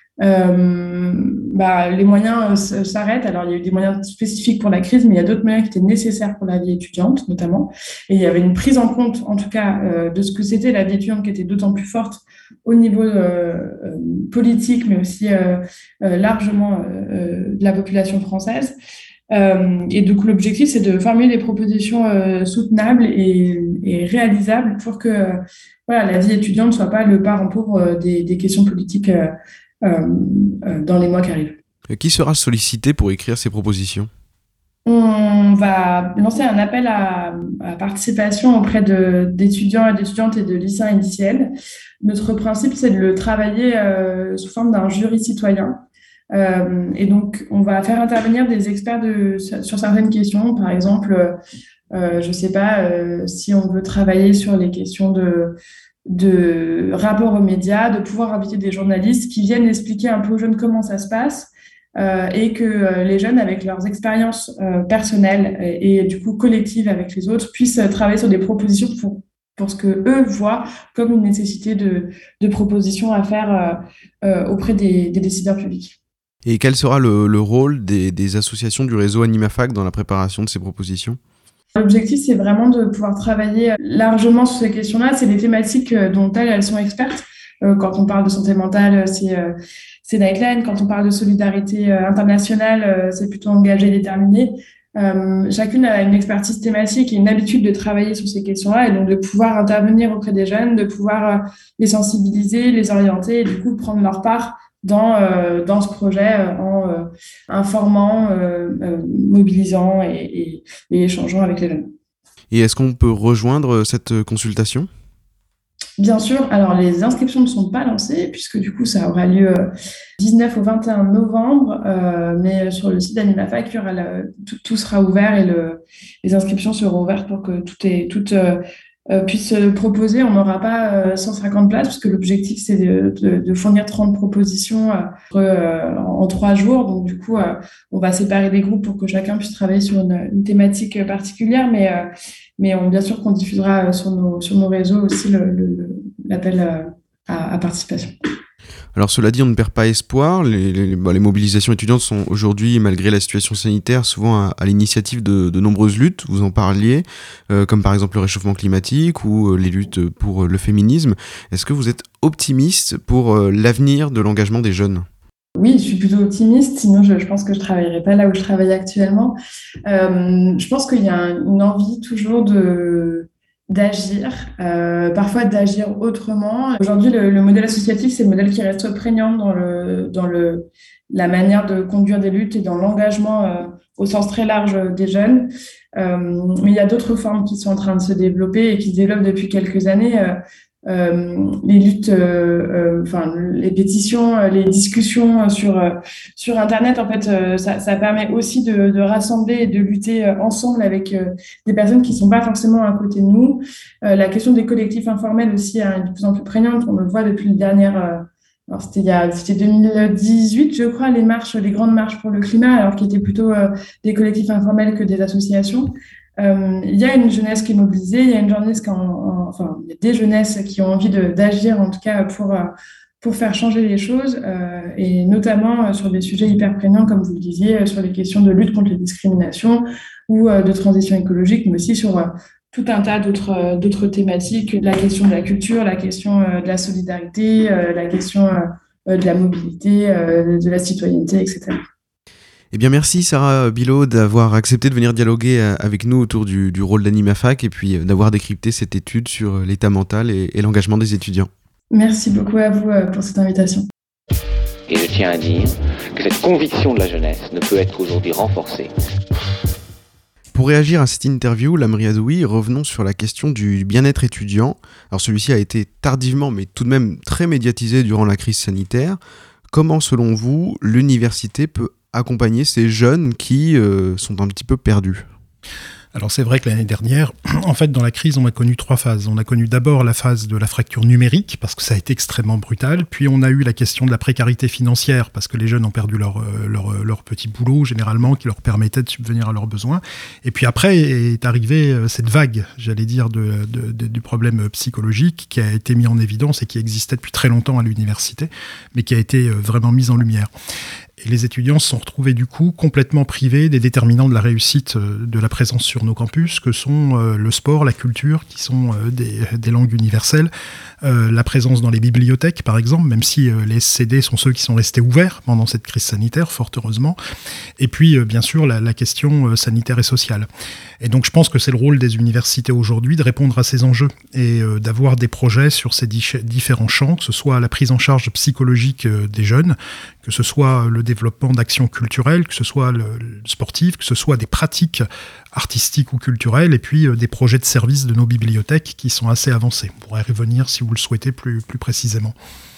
les moyens s'arrêtent. Alors, il y a eu des moyens spécifiques pour la crise, mais il y a d'autres moyens qui étaient nécessaires pour la vie étudiante, notamment. Et il y avait une prise en compte, en tout cas, de ce que c'était la vie étudiante qui était d'autant plus forte au niveau politique, mais aussi largement de la population française. Et donc, l'objectif, c'est de formuler des propositions soutenables et réalisables pour que la vie étudiante ne soit pas le parent pauvre des questions politiques dans les mois qui arrivent. Qui sera sollicité pour écrire ces propositions ? On va lancer un appel à participation auprès d'étudiants et d'étudiantes et de lycéens et lycéennes. Notre principe, c'est de le travailler sous forme d'un jury citoyen. Et donc, on va faire intervenir des experts sur certaines questions. Par exemple, je ne sais pas si on veut travailler sur les questions de rapport aux médias, de pouvoir inviter des journalistes qui viennent expliquer un peu aux jeunes comment ça se passe et que les jeunes, avec leurs expériences personnelles et du coup collectives avec les autres, puissent travailler sur des propositions pour ce qu'eux voient comme une nécessité de propositions à faire auprès des décideurs publics. Et quel sera le rôle des associations du réseau AnimaFac dans la préparation de ces propositions ? L'objectif, c'est vraiment de pouvoir travailler largement sur ces questions-là. C'est des thématiques dont elles sont expertes. Quand on parle de santé mentale, c'est Nightline. Quand on parle de solidarité internationale, c'est plutôt engagé et déterminé. Chacune a une expertise thématique et une habitude de travailler sur ces questions-là, et donc de pouvoir intervenir auprès des jeunes, de pouvoir les sensibiliser, les orienter et du coup prendre leur part dans ce projet en informant, mobilisant et échangeant avec les jeunes. Et est-ce qu'on peut rejoindre cette consultation ? Bien sûr. Alors, les inscriptions ne sont pas lancées puisque du coup, ça aura lieu 19 au 21 novembre. Mais sur le site d'AnimaFac, tout sera ouvert et les inscriptions seront ouvertes pour que toutes puissent proposer. On n'aura pas 150 places parce que l'objectif, c'est de fournir 30 propositions en 3 jours. Donc, du coup, on va séparer des groupes pour que chacun puisse travailler sur une thématique particulière. Mais bien sûr qu'on diffusera sur nos réseaux aussi l'appel à participation. Alors cela dit, on ne perd pas espoir. Les mobilisations étudiantes sont aujourd'hui, malgré la situation sanitaire, souvent à l'initiative de nombreuses luttes. Vous en parliez, comme par exemple le réchauffement climatique ou les luttes pour le féminisme. Est-ce que vous êtes optimiste pour l'avenir de l'engagement des jeunes ? Oui, je suis plutôt optimiste, sinon je pense que je ne travaillerais pas là où je travaille actuellement. Je pense qu'il y a une envie toujours d'agir, parfois d'agir autrement. Aujourd'hui, le modèle associatif, c'est le modèle qui reste prégnant dans la manière de conduire des luttes et dans l'engagement au sens très large des jeunes. Mais il y a d'autres formes qui sont en train de se développer et qui se développent depuis quelques années. Les luttes, les pétitions, les discussions sur Internet, en fait, ça permet aussi de rassembler et de lutter ensemble avec des personnes qui ne sont pas forcément à côté de nous. La question des collectifs informels aussi est de plus en plus prégnante. On le voit depuis le dernier... Alors c'était 2018, je crois, les grandes marches pour le climat, alors qui étaient plutôt des collectifs informels que des associations. Il y a une jeunesse qui est mobilisée, il y a une jeunesse il y a des jeunesses qui ont envie d'agir, en tout cas pour faire changer les choses, et notamment sur des sujets hyper prégnants, comme vous le disiez, sur les questions de lutte contre les discriminations ou de transition écologique, mais aussi sur tout un tas d'autres thématiques, la question de la culture, la question de la solidarité, la question de la mobilité, de la citoyenneté, etc. Eh bien, merci Sarah Bilot d'avoir accepté de venir dialoguer avec nous autour du rôle d'AnimaFac et puis d'avoir décrypté cette étude sur l'état mental et l'engagement des étudiants. Merci beaucoup à vous pour cette invitation. Et je tiens à dire que cette conviction de la jeunesse ne peut être aujourd'hui renforcée. Pour réagir à cette interview, Lamri Adoui, revenons sur la question du bien-être étudiant. Alors celui-ci a été tardivement, mais tout de même très médiatisé durant la crise sanitaire. Comment, selon vous, l'université peut accompagner ces jeunes qui sont un petit peu perdus ? Alors c'est vrai que l'année dernière, en fait, dans la crise, on a connu 3 phases. On a connu d'abord la phase de la fracture numérique, parce que ça a été extrêmement brutal. Puis on a eu la question de la précarité financière, parce que les jeunes ont perdu leur petit boulot, généralement, qui leur permettait de subvenir à leurs besoins. Et puis après est arrivée cette vague, j'allais dire, du problème psychologique, qui a été mis en évidence et qui existait depuis très longtemps à l'université, mais qui a été vraiment mise en lumière. Et les étudiants se sont retrouvés du coup complètement privés des déterminants de la réussite de la présence sur nos campus, que sont le sport, la culture, qui sont des langues universelles, la présence dans les bibliothèques par exemple, même si les SCD sont ceux qui sont restés ouverts pendant cette crise sanitaire, fort heureusement, et puis bien sûr la question sanitaire et sociale. Et donc je pense que c'est le rôle des universités aujourd'hui de répondre à ces enjeux et d'avoir des projets sur ces différents champs, que ce soit la prise en charge psychologique des jeunes, que ce soit le développement d'actions culturelles, que ce soit le sportif, que ce soit des pratiques artistiques ou culturelles, et puis des projets de service de nos bibliothèques qui sont assez avancés. On pourrait y revenir si vous le souhaitez plus précisément.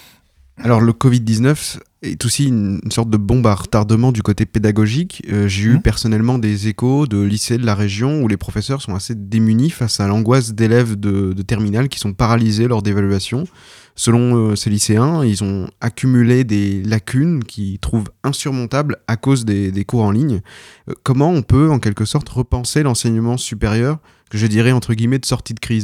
Alors le Covid-19 est aussi une sorte de bombe à retardement du côté pédagogique. J'ai eu personnellement des échos de lycées de la région où les professeurs sont assez démunis face à l'angoisse d'élèves de terminale qui sont paralysés lors d'évaluation. Selon ces lycéens, ils ont accumulé des lacunes qu'ils trouvent insurmontables à cause des cours en ligne. Comment on peut en quelque sorte repenser l'enseignement supérieur, que je dirais entre guillemets de sortie de crise ?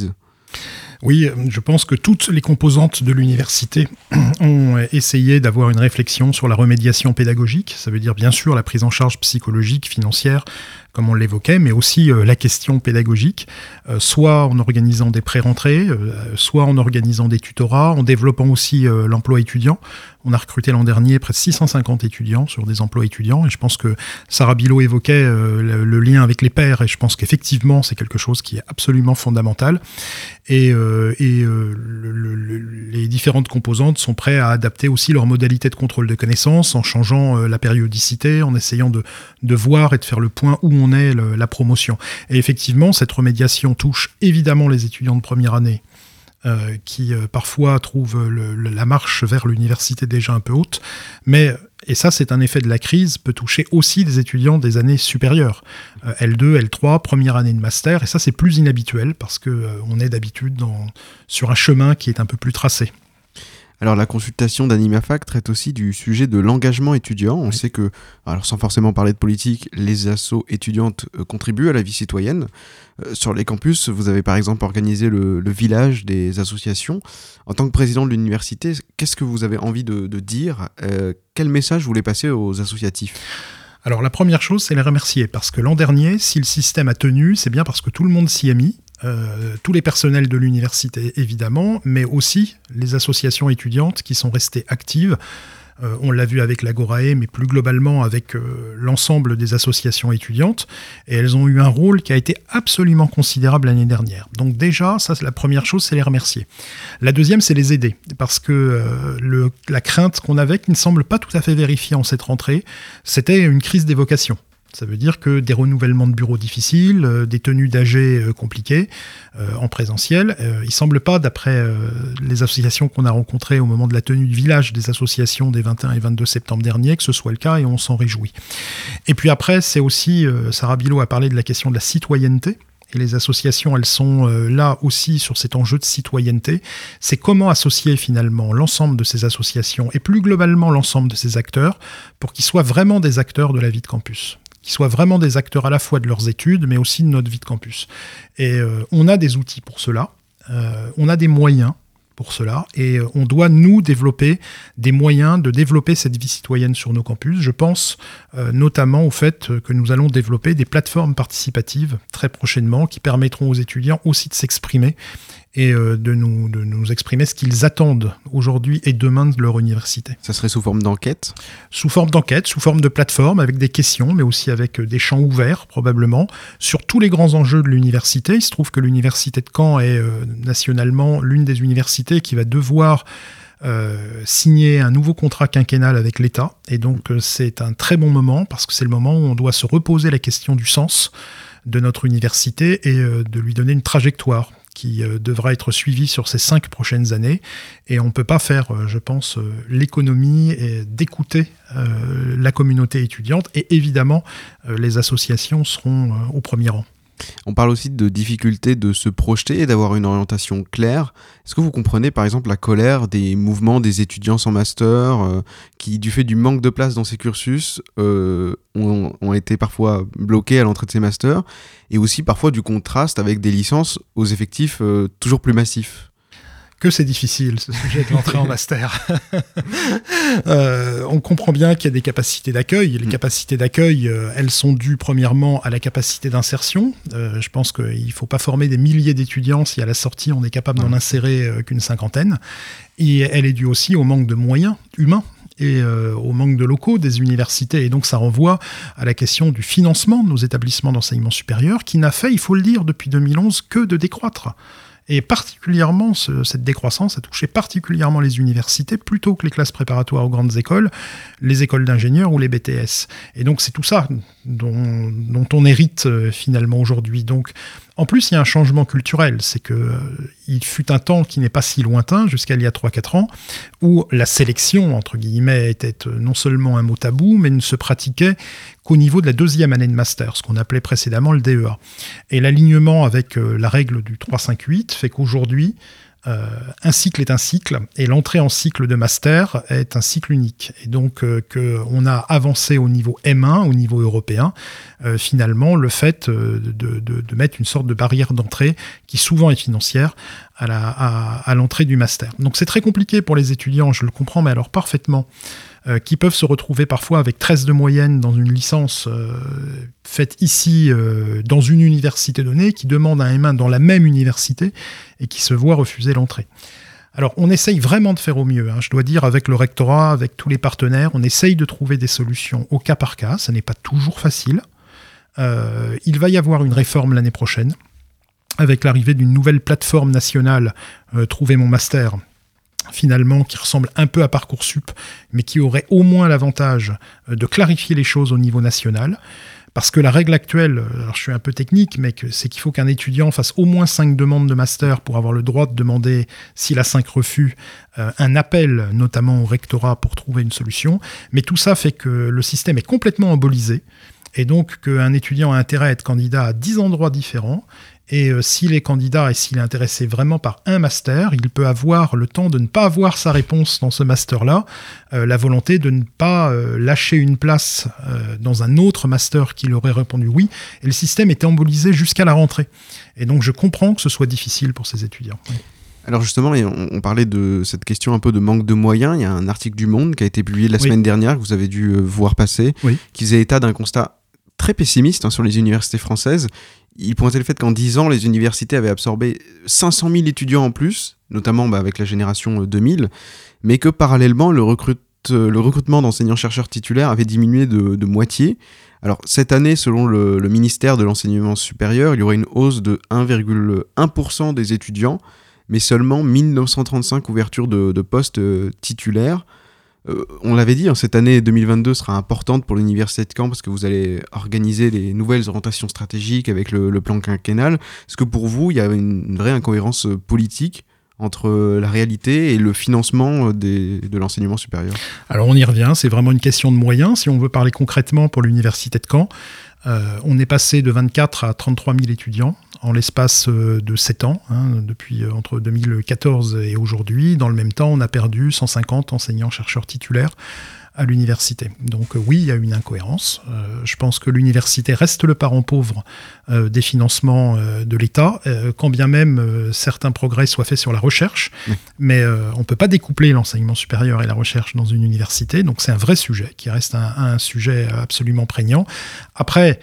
Oui, je pense que toutes les composantes de l'université ont essayé d'avoir une réflexion sur la remédiation pédagogique. Ça veut dire bien sûr la prise en charge psychologique, financière, comme on l'évoquait, mais aussi la question pédagogique, soit en organisant des pré-rentrées, soit en organisant des tutorats, en développant aussi l'emploi étudiant. On a recruté l'an dernier près de 650 étudiants sur des emplois étudiants, et je pense que Sarah Bilot évoquait le lien avec les pairs, et je pense qu'effectivement c'est quelque chose qui est absolument fondamental. Et les différentes composantes sont prêtes à adapter aussi leur modalité de contrôle de connaissances en changeant la périodicité, en essayant de voir et de faire le point où on est la promotion. Et effectivement, cette remédiation touche évidemment les étudiants de première année qui parfois trouvent la marche vers l'université déjà un peu haute, mais, et ça c'est un effet de la crise, peut toucher aussi des étudiants des années supérieures, L2, L3, première année de master, et ça c'est plus inhabituel parce qu'on est d'habitude sur un chemin qui est un peu plus tracé. Alors la consultation d'AnimaFac traite aussi du sujet de l'engagement étudiant. On sait que, alors sans forcément parler de politique, les assos étudiantes contribuent à la vie citoyenne. Sur les campus, vous avez par exemple organisé le village des associations. En tant que président de l'université, qu'est-ce que vous avez envie de dire ? Quel message vous voulez passer aux associatifs ? Alors la première chose, c'est les remercier, parce que l'an dernier, si le système a tenu, c'est bien parce que tout le monde s'y est mis. Tous les personnels de l'université évidemment, mais aussi les associations étudiantes qui sont restées actives. On l'a vu avec l'Agorae, mais plus globalement avec l'ensemble des associations étudiantes. Et elles ont eu un rôle qui a été absolument considérable l'année dernière. Donc déjà, ça c'est la première chose, c'est les remercier. La deuxième, c'est les aider. Parce que la crainte qu'on avait, qui ne semble pas tout à fait vérifiée en cette rentrée, c'était une crise des vocations. Ça veut dire que des renouvellements de bureaux difficiles, des tenues d'AG compliquées en présentiel. Il ne semble pas, d'après les associations qu'on a rencontrées au moment de la tenue du village des associations des 21 et 22 septembre dernier, que ce soit le cas, et on s'en réjouit. Et puis après, c'est aussi, Sarah Bilot a parlé de la question de la citoyenneté. Et les associations, elles sont là aussi sur cet enjeu de citoyenneté. C'est comment associer finalement l'ensemble de ces associations et plus globalement l'ensemble de ces acteurs pour qu'ils soient vraiment des acteurs de la vie de campus, qui soient vraiment des acteurs à la fois de leurs études, mais aussi de notre vie de campus. Et on a des outils pour cela, on a des moyens pour cela, et on doit nous développer des moyens de développer cette vie citoyenne sur nos campus. Je pense notamment au fait que nous allons développer des plateformes participatives très prochainement qui permettront aux étudiants aussi de s'exprimer et de nous exprimer ce qu'ils attendent aujourd'hui et demain de leur université. Ça serait sous forme d'enquête ? Sous forme d'enquête, sous forme de plateforme, avec des questions, mais aussi avec des champs ouverts, probablement, sur tous les grands enjeux de l'université. Il se trouve que l'université de Caen est nationalement l'une des universités qui va devoir signer un nouveau contrat quinquennal avec l'État. Et donc, c'est un très bon moment, parce que c'est le moment où on doit se reposer la question du sens de notre université et de lui donner une trajectoire qui devra être suivi sur ces 5 prochaines années. Et on ne peut pas faire, je pense, l'économie d'écouter la communauté étudiante. Et évidemment, les associations seront au premier rang. On parle aussi de difficulté de se projeter et d'avoir une orientation claire. Est-ce que vous comprenez par exemple la colère des mouvements des étudiants sans master qui, du fait du manque de place dans ces cursus, ont été parfois bloqués à l'entrée de ces masters, et aussi parfois du contraste avec des licences aux effectifs toujours plus massifs ? Que c'est difficile, ce sujet de l'entrée en master. On comprend bien qu'il y a des capacités d'accueil. Les capacités d'accueil, elles sont dues premièrement à la capacité d'insertion. Je pense qu'il ne faut pas former des milliers d'étudiants si à la sortie on est capable d'en insérer qu'une 50aine. Et elle est due aussi au manque de moyens humains et au manque de locaux des universités. Et donc ça renvoie à la question du financement de nos établissements d'enseignement supérieur qui n'a fait, il faut le dire, depuis 2011 que de décroître. Et particulièrement, cette décroissance a touché particulièrement les universités plutôt que les classes préparatoires aux grandes écoles, les écoles d'ingénieurs ou les BTS. Et donc c'est tout ça dont on hérite finalement aujourd'hui. Donc en plus, il y a un changement culturel. C'est qu'il fut un temps qui n'est pas si lointain, jusqu'à il y a 3-4 ans, où la sélection, entre guillemets, était non seulement un mot tabou, mais ne se pratiquait qu'au niveau de la 2e année de master, ce qu'on appelait précédemment le DEA. Et l'alignement avec la règle du 3-5-8 fait qu'aujourd'hui, un cycle est un cycle, et l'entrée en cycle de master est un cycle unique. Et donc, qu'on a avancé au niveau M1, au niveau européen, finalement, le fait de mettre une sorte de barrière d'entrée, qui souvent est financière, à l'entrée du master. Donc c'est très compliqué pour les étudiants, je le comprends, mais alors parfaitement, qui peuvent se retrouver parfois avec 13 de moyenne dans une licence faite ici, dans une université donnée, qui demande un M1 dans la même université et qui se voit refuser l'entrée. Alors, on essaye vraiment de faire au mieux, je dois dire, avec le rectorat, avec tous les partenaires, on essaye de trouver des solutions au cas par cas, ça n'est pas toujours facile. Il va y avoir une réforme l'année prochaine, avec l'arrivée d'une nouvelle plateforme nationale, Trouver mon master, finalement, qui ressemble un peu à Parcoursup, mais qui aurait au moins l'avantage de clarifier les choses au niveau national. Parce que la règle actuelle, alors je suis un peu technique, mais c'est qu'il faut qu'un étudiant fasse au moins 5 demandes de master pour avoir le droit de demander, s'il a 5 refus, un appel, notamment au rectorat, pour trouver une solution. Mais tout ça fait que le système est complètement embolisé, et donc qu'un étudiant a intérêt à être candidat à 10 endroits différents. Et s'il est candidat et s'il est intéressé vraiment par un master, il peut avoir le temps de ne pas avoir sa réponse dans ce master-là, la volonté de ne pas lâcher une place dans un autre master qui lui aurait répondu oui. Et le système était embolisé jusqu'à la rentrée. Et donc je comprends que ce soit difficile pour ces étudiants. Oui. Alors justement, on parlait de cette question un peu de manque de moyens. Il y a un article du Monde qui a été publié la semaine dernière, que vous avez dû voir passer, qui faisait état d'un constat très pessimiste sur les universités françaises. Il pointait le fait qu'en 10 ans, les universités avaient absorbé 500 000 étudiants en plus, notamment avec la génération 2000, mais que parallèlement, le recrutement d'enseignants-chercheurs titulaires avait diminué de moitié. Alors cette année, selon le ministère de l'Enseignement supérieur, il y aurait une hausse de 1,1% des étudiants, mais seulement 1935 ouvertures de postes titulaires. On l'avait dit, cette année 2022 sera importante pour l'Université de Caen parce que vous allez organiser les nouvelles orientations stratégiques avec le plan quinquennal. Est-ce que pour vous, il y a une vraie incohérence politique entre la réalité et le financement de l'enseignement supérieur ? Alors on y revient, c'est vraiment une question de moyens. Si on veut parler concrètement pour l'Université de Caen, on est passé de 24 à 33 000 étudiants en l'espace de 7 ans, depuis entre 2014 et aujourd'hui. Dans le même temps, on a perdu 150 enseignants-chercheurs titulaires à l'université. Donc oui, il y a une incohérence. Je pense que l'université reste le parent pauvre des financements de l'État, quand bien même certains progrès soient faits sur la recherche. Mais on ne peut pas découpler l'enseignement supérieur et la recherche dans une université. Donc c'est un vrai sujet qui reste un sujet absolument prégnant. Après,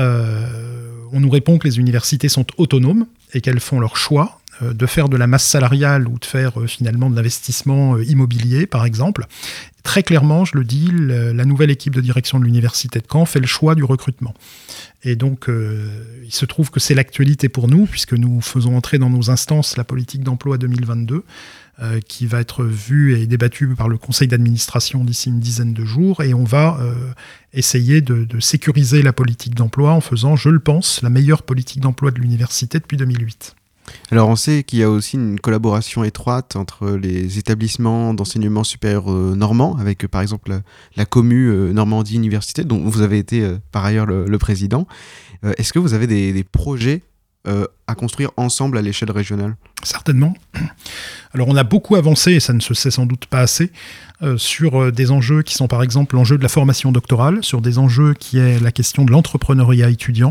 on nous répond que les universités sont autonomes et qu'elles font leur choix de faire de la masse salariale ou de faire finalement de l'investissement immobilier, par exemple. Très clairement, je le dis, la nouvelle équipe de direction de l'université de Caen fait le choix du recrutement. Et donc, il se trouve que c'est l'actualité pour nous, puisque nous faisons entrer dans nos instances la politique d'emploi 2022, qui va être vue et débattue par le conseil d'administration d'ici une dizaine de jours. Et on va essayer de sécuriser la politique d'emploi en faisant, je le pense, la meilleure politique d'emploi de l'université depuis 2008. Alors on sait qu'il y a aussi une collaboration étroite entre les établissements d'enseignement supérieur normands, avec par exemple la commu Normandie Université, dont vous avez été par ailleurs le président. Est-ce que vous avez des projets à construire ensemble à l'échelle régionale ? Certainement. Alors on a beaucoup avancé, et ça ne se sait sans doute pas assez, sur des enjeux qui sont par exemple l'enjeu de la formation doctorale, sur des enjeux qui est la question de l'entrepreneuriat étudiant,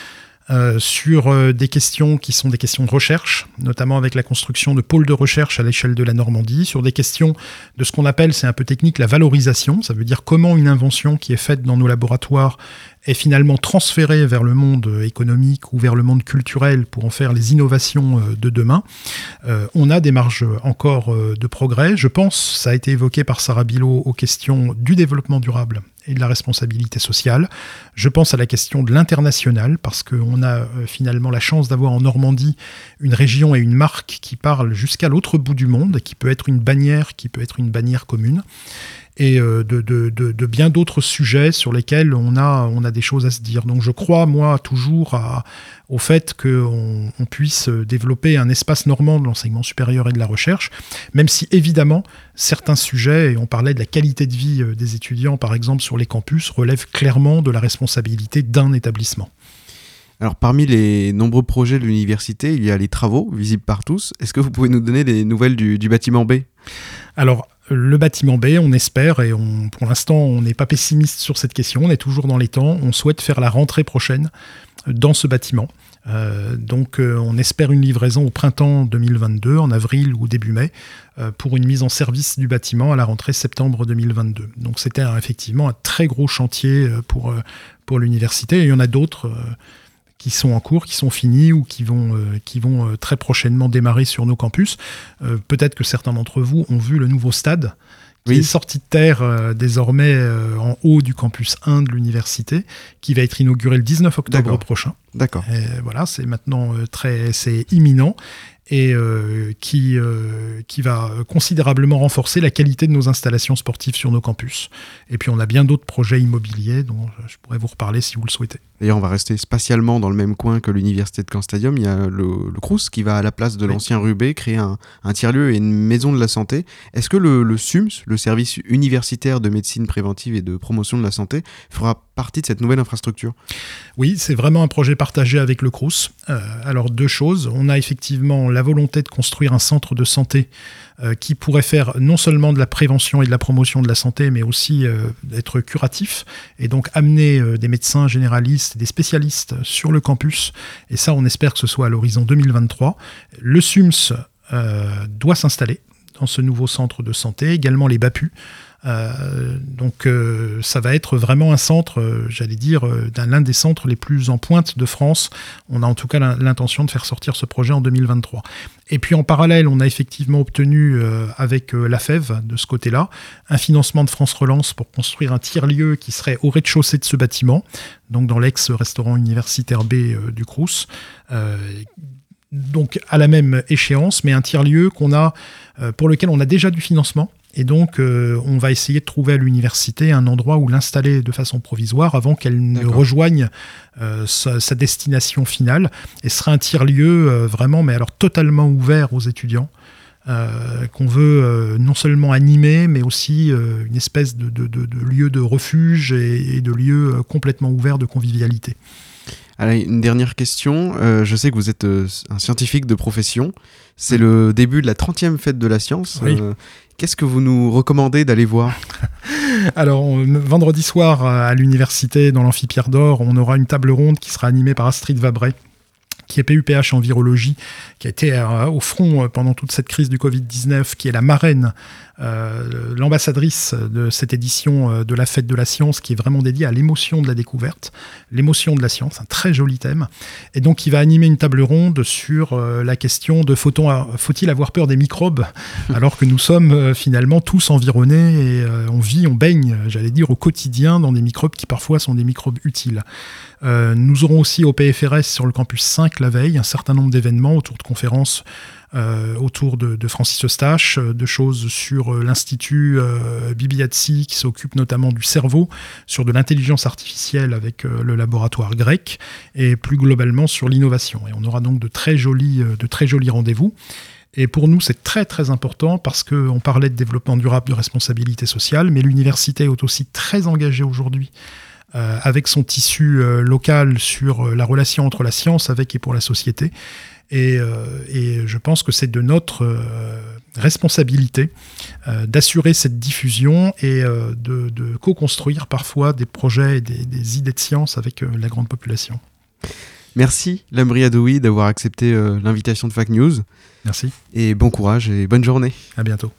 sur des questions qui sont des questions de recherche, notamment avec la construction de pôles de recherche à l'échelle de la Normandie, sur des questions de ce qu'on appelle, c'est un peu technique, la valorisation. Ça veut dire comment une invention qui est faite dans nos laboratoires est finalement transférée vers le monde économique ou vers le monde culturel pour en faire les innovations de demain. On a des marges encore de progrès. Je pense, ça a été évoqué par Sarah Bilot, aux questions du développement durable et de la responsabilité sociale. Je pense à la question de l'international, parce qu'on a finalement la chance d'avoir en Normandie une région et une marque qui parlent jusqu'à l'autre bout du monde, qui peut être une bannière commune, et de bien d'autres sujets sur lesquels on a des choses à se dire. Donc je crois, moi, toujours au fait qu'on puisse développer un espace normand de l'enseignement supérieur et de la recherche, même si évidemment certains sujets, et on parlait de la qualité de vie des étudiants par exemple sur les campus, relèvent clairement de la responsabilité d'un établissement. Alors parmi les nombreux projets de l'université, il y a les travaux visibles par tous. Est-ce que vous pouvez nous donner des nouvelles du bâtiment B ? Alors le bâtiment B, on espère, et pour l'instant on n'est pas pessimiste sur cette question, on est toujours dans les temps, on souhaite faire la rentrée prochaine dans ce bâtiment. Donc on espère une livraison au printemps 2022, en avril ou début mai, pour une mise en service du bâtiment à la rentrée septembre 2022. Donc c'était effectivement un très gros chantier pour l'université, et il y en a d'autres qui sont en cours, qui sont finis ou qui vont très prochainement démarrer sur nos campus. Peut-être que certains d'entre vous ont vu le nouveau stade qui est sorti de terre désormais en haut du campus 1 de l'université, qui va être inauguré le 19 octobre prochain. D'accord. Et voilà, c'est maintenant c'est imminent, et qui va considérablement renforcer la qualité de nos installations sportives sur nos campus. Et puis on a bien d'autres projets immobiliers dont je pourrais vous reparler si vous le souhaitez. D'ailleurs, on va rester spatialement dans le même coin que l'université de Caen Stadium. Il y a le Crous qui va à la place de l'ancien Rubé créer un tiers-lieu et une maison de la santé. Est-ce que le SUMS, le service universitaire de médecine préventive et de promotion de la santé, fera partie de cette nouvelle infrastructure ? Oui, c'est vraiment un projet partagé avec le Crous. Alors deux choses. On a effectivement la volonté de construire un centre de santé qui pourrait faire non seulement de la prévention et de la promotion de la santé, mais aussi être curatif, et donc amener des médecins généralistes, des spécialistes sur le campus. Et ça, on espère que ce soit à l'horizon 2023. Le SUMS doit s'installer dans ce nouveau centre de santé, également les BAPU. Donc ça va être vraiment un centre, j'allais dire, l'un des centres les plus en pointe de France. On a en tout cas l'intention de faire sortir ce projet en 2023. Et puis en parallèle, on a effectivement obtenu avec la FEV, de ce côté-là, un financement de France Relance pour construire un tiers-lieu qui serait au rez-de-chaussée de ce bâtiment, donc dans l'ex-restaurant universitaire B du Crous. Donc à la même échéance, mais un tiers-lieu pour lequel on a déjà du financement. Et donc, on va essayer de trouver à l'université un endroit où l'installer de façon provisoire avant qu'elle ne rejoigne sa destination finale. Et ce sera un tiers-lieu vraiment, mais alors totalement ouvert aux étudiants, qu'on veut non seulement animer, mais aussi une espèce de lieu de refuge et de lieu complètement ouvert de convivialité. Alors, une dernière question. Je sais que vous êtes un scientifique de profession. C'est le début de la 30e fête de la science. Oui. Qu'est-ce que vous nous recommandez d'aller voir ? Alors, vendredi soir, à l'université, dans l'amphi Pierre d'Or, on aura une table ronde qui sera animée par Astrid Vabray, qui est PUPH en virologie, qui a été au front pendant toute cette crise du Covid-19, qui est la marraine, l'ambassadrice de cette édition de la Fête de la Science, qui est vraiment dédiée à l'émotion de la découverte, l'émotion de la science, un très joli thème. Et donc, il va animer une table ronde sur la question de faut-il avoir peur des microbes, alors que nous sommes finalement tous environnés et on baigne, j'allais dire, au quotidien dans des microbes qui parfois sont des microbes utiles. Nous aurons aussi au PFRS sur le campus 5 la veille un certain nombre d'événements autour de conférences autour de Francis Eustache, de choses sur l'Institut Bibiazzi qui s'occupe notamment du cerveau, sur de l'intelligence artificielle avec le laboratoire grec et plus globalement sur l'innovation. Et on aura donc de très jolis rendez-vous. Et pour nous, c'est très très important parce qu'on parlait de développement durable, de responsabilité sociale, mais l'université est aussi très engagée aujourd'hui avec son tissu local sur la relation entre la science avec et pour la société. Et je pense que c'est de notre responsabilité d'assurer cette diffusion et de co-construire parfois des projets et des idées de science avec la grande population. Merci Lamri Adoui d'avoir accepté l'invitation de Fact News. Merci. Et bon courage et bonne journée. À bientôt.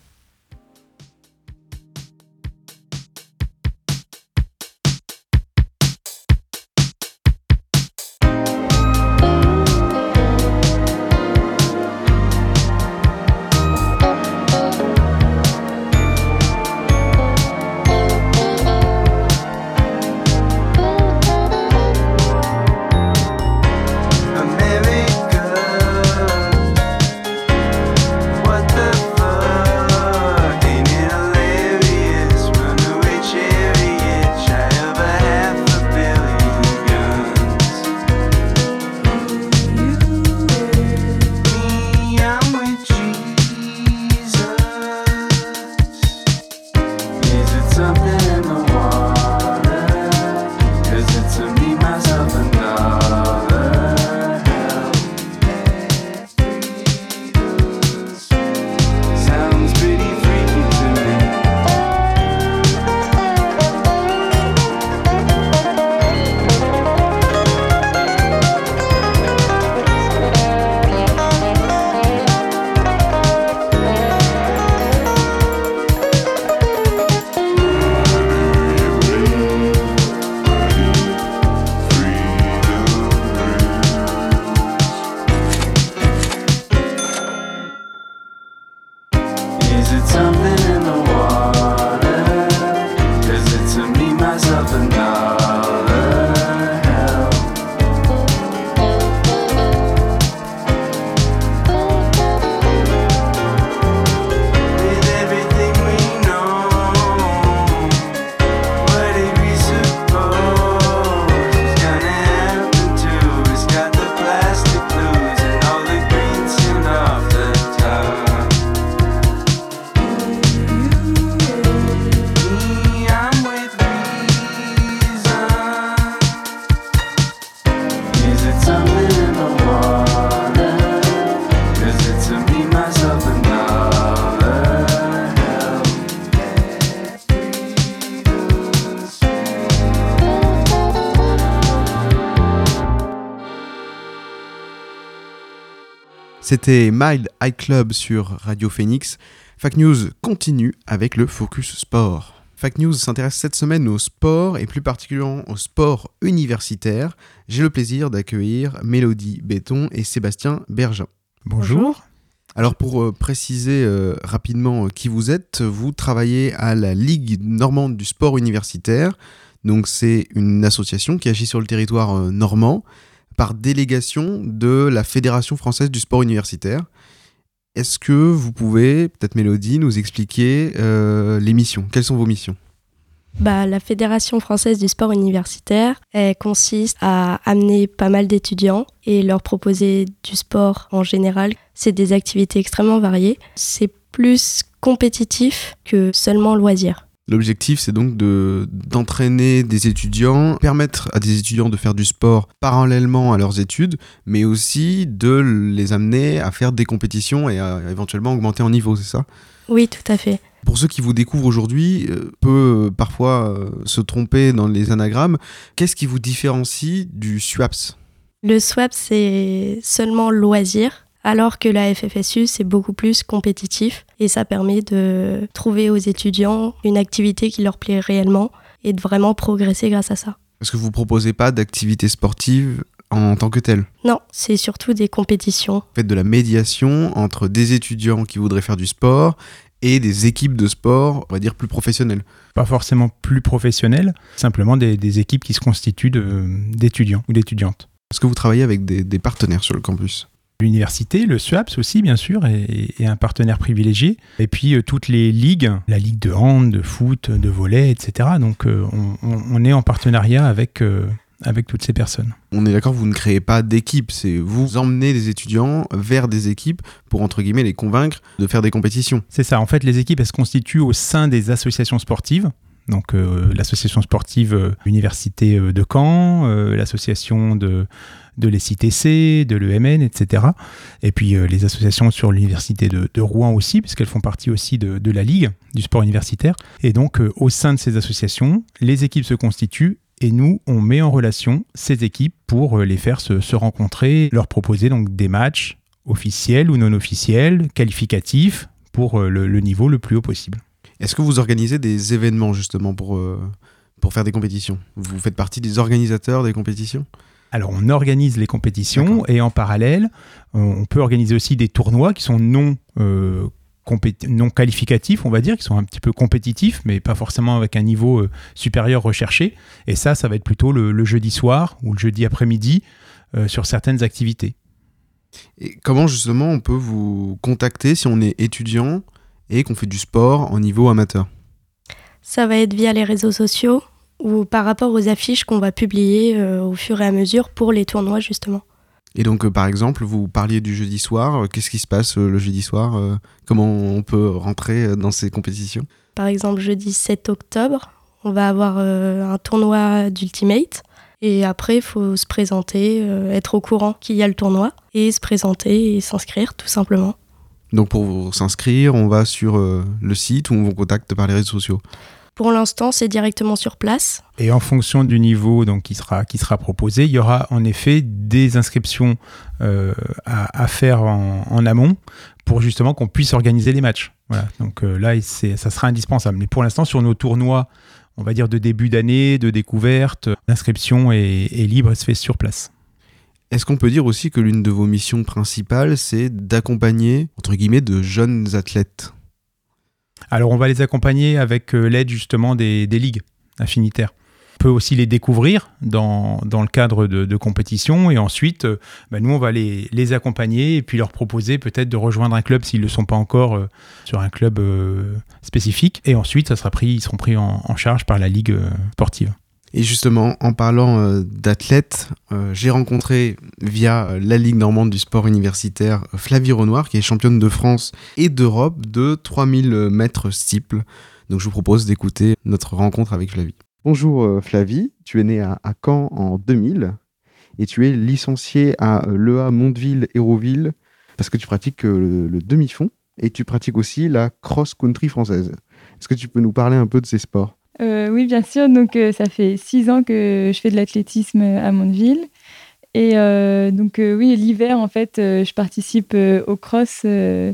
C'était Mild High Club sur Radio Phoenix. Fact News continue avec le Focus Sport. Fact News s'intéresse cette semaine au sport et plus particulièrement au sport universitaire. J'ai le plaisir d'accueillir Mélodie Béton et Sébastien Bergin. Bonjour. Alors pour préciser rapidement qui vous êtes, vous travaillez à la Ligue normande du sport universitaire. Donc c'est une association qui agit sur le territoire normand par délégation de la Fédération française du sport universitaire. Est-ce que vous pouvez, peut-être Mélodie, nous expliquer les missions ? Quelles sont vos missions ? La Fédération française du sport universitaire, elle consiste à amener pas mal d'étudiants et leur proposer du sport en général. C'est des activités extrêmement variées. C'est plus compétitif que seulement loisir. L'objectif, c'est donc d'entraîner des étudiants, permettre à des étudiants de faire du sport parallèlement à leurs études, mais aussi de les amener à faire des compétitions et à éventuellement augmenter en niveau, c'est ça ? Oui, tout à fait. Pour ceux qui vous découvrent aujourd'hui, peut parfois se tromper dans les anagrammes. Qu'est-ce qui vous différencie du SWAPS ? Le SWAPS, c'est seulement loisir, alors que la FFSU, c'est beaucoup plus compétitif et ça permet de trouver aux étudiants une activité qui leur plaît réellement et de vraiment progresser grâce à ça. Est-ce que vous ne proposez pas d'activités sportives en tant que telles ? Non, c'est surtout des compétitions. Vous faites de la médiation entre des étudiants qui voudraient faire du sport et des équipes de sport, on va dire, plus professionnelles. Pas forcément plus professionnelles, simplement des équipes qui se constituent d'étudiants ou d'étudiantes. Est-ce que vous travaillez avec des partenaires sur le campus ? L'université, le SWAPS aussi, bien sûr, est un partenaire privilégié. Et puis, toutes les ligues, la ligue de hand, de foot, de volley, etc. Donc, on est en partenariat avec toutes ces personnes. On est d'accord, vous ne créez pas d'équipe, c'est vous emmenez des étudiants vers des équipes pour, entre guillemets, les convaincre de faire des compétitions. C'est ça, en fait, les équipes, elles se constituent au sein des associations sportives. Donc, l'association sportive Université de Caen, l'association de l'ECTC, de l'EMN, etc. Et puis les associations sur l'université de Rouen aussi, puisqu'elles font partie aussi de la Ligue du sport universitaire. Et donc, au sein de ces associations, les équipes se constituent et nous, on met en relation ces équipes pour les faire se rencontrer, leur proposer donc des matchs officiels ou non officiels, qualificatifs, pour le niveau le plus haut possible. Est-ce que vous organisez des événements justement pour faire des compétitions ? Vous faites partie des organisateurs des compétitions ? Alors, on organise les compétitions et en parallèle, on peut organiser aussi des tournois qui sont non qualificatifs, on va dire, qui sont un petit peu compétitifs, mais pas forcément avec un niveau supérieur recherché. Et ça va être plutôt le jeudi soir ou le jeudi après-midi sur certaines activités. Et comment justement on peut vous contacter si on est étudiant et qu'on fait du sport en niveau amateur ? Ça va être via les réseaux sociaux ou par rapport aux affiches qu'on va publier au fur et à mesure pour les tournois justement. Et donc par exemple, vous parliez du jeudi soir, qu'est-ce qui se passe le jeudi soir ? Comment on peut rentrer dans ces compétitions ? Par exemple, jeudi 7 octobre, on va avoir un tournoi d'Ultimate et après il faut se présenter, être au courant qu'il y a le tournoi et se présenter et s'inscrire tout simplement. Donc pour s'inscrire, on va sur le site ou on vous contacte par les réseaux sociaux ? Pour l'instant, c'est directement sur place. Et en fonction du niveau donc, qui sera proposé, il y aura en effet des inscriptions à faire en amont pour justement qu'on puisse organiser les matchs. Voilà. Donc là, ça sera indispensable. Mais pour l'instant, sur nos tournois, on va dire de début d'année, de découverte, l'inscription est libre et se fait sur place. Est-ce qu'on peut dire aussi que l'une de vos missions principales, c'est d'accompagner, entre guillemets, de jeunes athlètes ? Alors, on va les accompagner avec l'aide justement des ligues affinitaires. On peut aussi les découvrir dans le cadre de compétitions et ensuite, nous, on va les accompagner et puis leur proposer peut-être de rejoindre un club s'ils ne le sont pas encore sur un club spécifique. Et ensuite, ils seront pris en charge par la ligue sportive. Et justement, en parlant d'athlètes, j'ai rencontré via la Ligue normande du sport universitaire Flavie Renoir, qui est championne de France et d'Europe de 3000 mètres steeple. Donc je vous propose d'écouter notre rencontre avec Flavie. Bonjour Flavie, tu es née à Caen en 2000 et tu es licenciée à l'EA Mondeville-Hérouville parce que tu pratiques le demi-fond et tu pratiques aussi la cross-country française. Est-ce que tu peux nous parler un peu de ces sports ? Oui, bien sûr. Donc, ça fait 6 ans que je fais de l'athlétisme à Mondeville. Et oui, l'hiver, en fait, je participe au cross.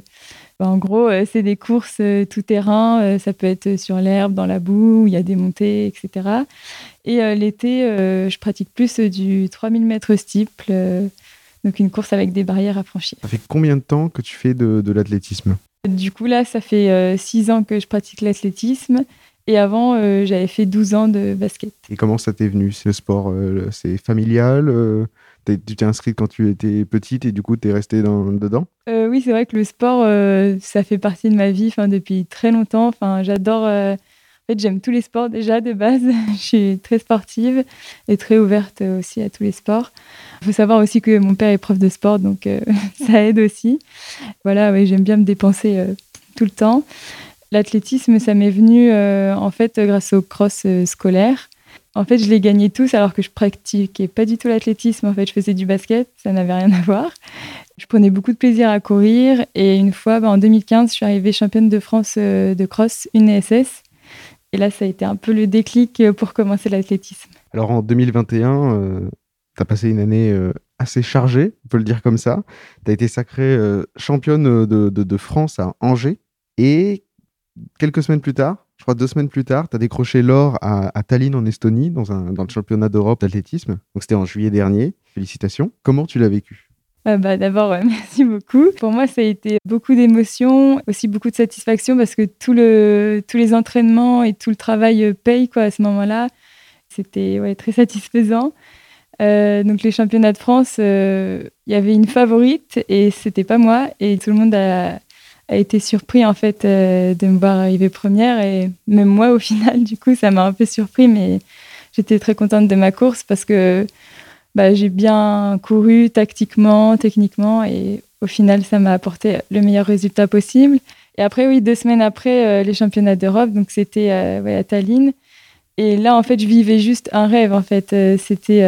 En gros, c'est des courses tout-terrain. Ça peut être sur l'herbe, dans la boue, où il y a des montées, etc. Et l'été, je pratique plus du 3000 mètres steeple. Donc, une course avec des barrières à franchir. Ça fait combien de temps que tu fais de l'athlétisme ? Du coup, là, ça fait 6 ans que je pratique l'athlétisme. Et avant, j'avais fait 12 ans de basket. Et comment ça t'est venu ? C'est le sport, c'est familial tu t'es inscrite quand tu étais petite et du coup, t'es restée dedans ? Oui, c'est vrai que le sport, ça fait partie de ma vie depuis très longtemps. J'adore... En fait, j'aime tous les sports déjà de base. Je suis très sportive et très ouverte aussi à tous les sports. Il faut savoir aussi que mon père est prof de sport, donc ça aide aussi. Voilà, ouais, j'aime bien me dépenser tout le temps. L'athlétisme, ça m'est venu en fait grâce au cross scolaire. En fait, je les gagnais tous alors que je pratiquais pas du tout l'athlétisme. En fait, je faisais du basket, ça n'avait rien à voir. Je prenais beaucoup de plaisir à courir et une fois, en 2015, je suis arrivée championne de France de cross, une ESS. Et là, ça a été un peu le déclic pour commencer l'athlétisme. Alors en 2021, tu as passé une année assez chargée, on peut le dire comme ça. Tu as été sacrée championne de France à Angers. Et quelques semaines plus tard, je crois 2 semaines plus tard, tu as décroché l'or à Tallinn en Estonie dans le championnat d'Europe d'athlétisme. Donc c'était en juillet dernier. Félicitations. Comment tu l'as vécu ? D'abord, merci beaucoup. Pour moi, ça a été beaucoup d'émotions, aussi beaucoup de satisfaction parce que tous les entraînements et tout le travail payent à ce moment-là. C'était très satisfaisant. Donc les championnats de France, il y avait une favorite et c'était pas moi. Et tout le monde a été surpris en fait de me voir arriver première. Et même moi, au final, du coup, ça m'a un peu surpris. Mais j'étais très contente de ma course parce que j'ai bien couru tactiquement, techniquement, et au final, ça m'a apporté le meilleur résultat possible. Et après, 2 semaines après, les championnats d'Europe, donc c'était à Tallinn. Et là, en fait, je vivais juste un rêve, en fait. C'était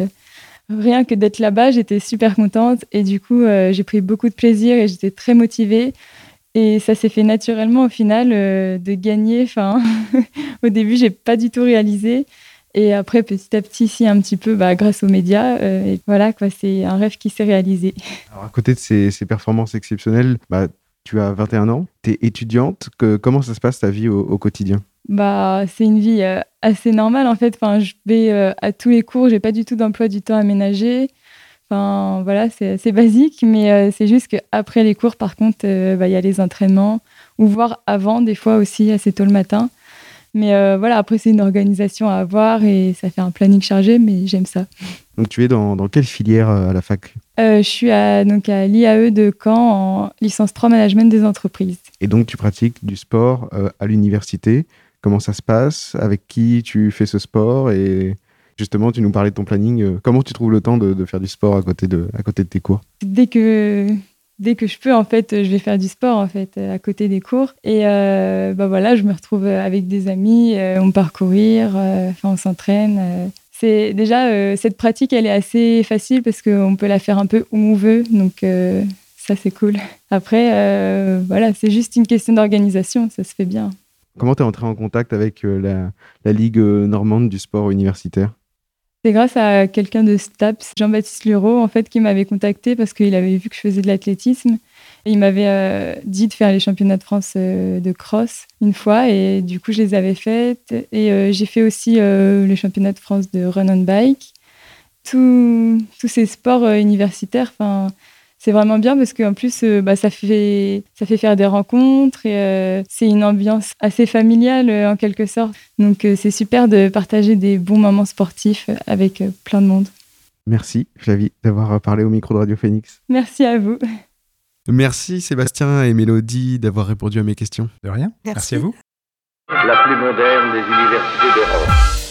rien que d'être là-bas, j'étais super contente. Et du coup, j'ai pris beaucoup de plaisir et j'étais très motivée. Et ça s'est fait naturellement, au final, de gagner. Enfin, au début, j'ai pas du tout réalisé. Et après, petit à petit, un petit peu, grâce aux médias. Et voilà, c'est un rêve qui s'est réalisé. Alors, à côté de ces performances exceptionnelles, tu as 21 ans, tu es étudiante. Comment ça se passe ta vie au quotidien ? C'est une vie assez normale, en fait. Enfin, je vais à tous les cours, j'ai pas du tout d'emploi du temps aménagé. Enfin, voilà, c'est assez basique, mais c'est juste qu'après les cours, par contre, y a les entraînements, ou voire avant, des fois aussi, assez tôt le matin. Mais après, c'est une organisation à avoir et ça fait un planning chargé, mais j'aime ça. Donc, tu es dans quelle filière à la fac ? Je suis à l'IAE de Caen en licence 3 management des entreprises. Et donc, tu pratiques du sport à l'université. Comment ça se passe ? Avec qui tu fais ce sport ? Et justement, tu nous parlais de ton planning. Comment tu trouves le temps de faire du sport à côté de tes cours ? Dès que je peux, en fait, je vais faire du sport, en fait, à côté des cours. Et je me retrouve avec des amis, on part courir, on s'entraîne. C'est déjà, cette pratique, elle est assez facile parce qu'on peut la faire un peu où on veut. Donc, ça, c'est cool. Après, c'est juste une question d'organisation, ça se fait bien. Comment tu es entré en contact avec la Ligue normande du sport universitaire ? C'est grâce à quelqu'un de STAPS, Jean-Baptiste Lureau, en fait, qui m'avait contacté parce qu'il avait vu que je faisais de l'athlétisme. Et il m'avait dit de faire les championnats de France de cross une fois. Et du coup, je les avais faites. Et j'ai fait aussi les championnats de France de run on bike. Tous ces sports universitaires, c'est vraiment bien parce qu'en plus, ça fait faire des rencontres et c'est une ambiance assez familiale en quelque sorte. Donc, c'est super de partager des bons moments sportifs avec plein de monde. Merci, Flavie, d'avoir parlé au micro de Radio Phoenix. Merci à vous. Merci, Sébastien et Mélodie, d'avoir répondu à mes questions. De rien. Merci à vous. La plus moderne des universités d'Europe.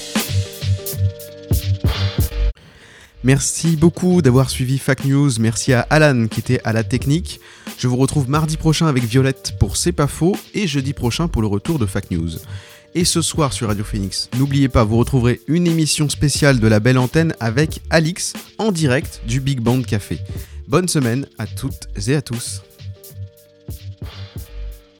Merci beaucoup d'avoir suivi Fact News. Merci à Alan qui était à la technique. Je vous retrouve mardi prochain avec Violette pour C'est pas faux et jeudi prochain pour le retour de Fact News. Et ce soir sur Radio Phoenix, n'oubliez pas, vous retrouverez une émission spéciale de la belle antenne avec Alix en direct du Big Band Café. Bonne semaine à toutes et à tous.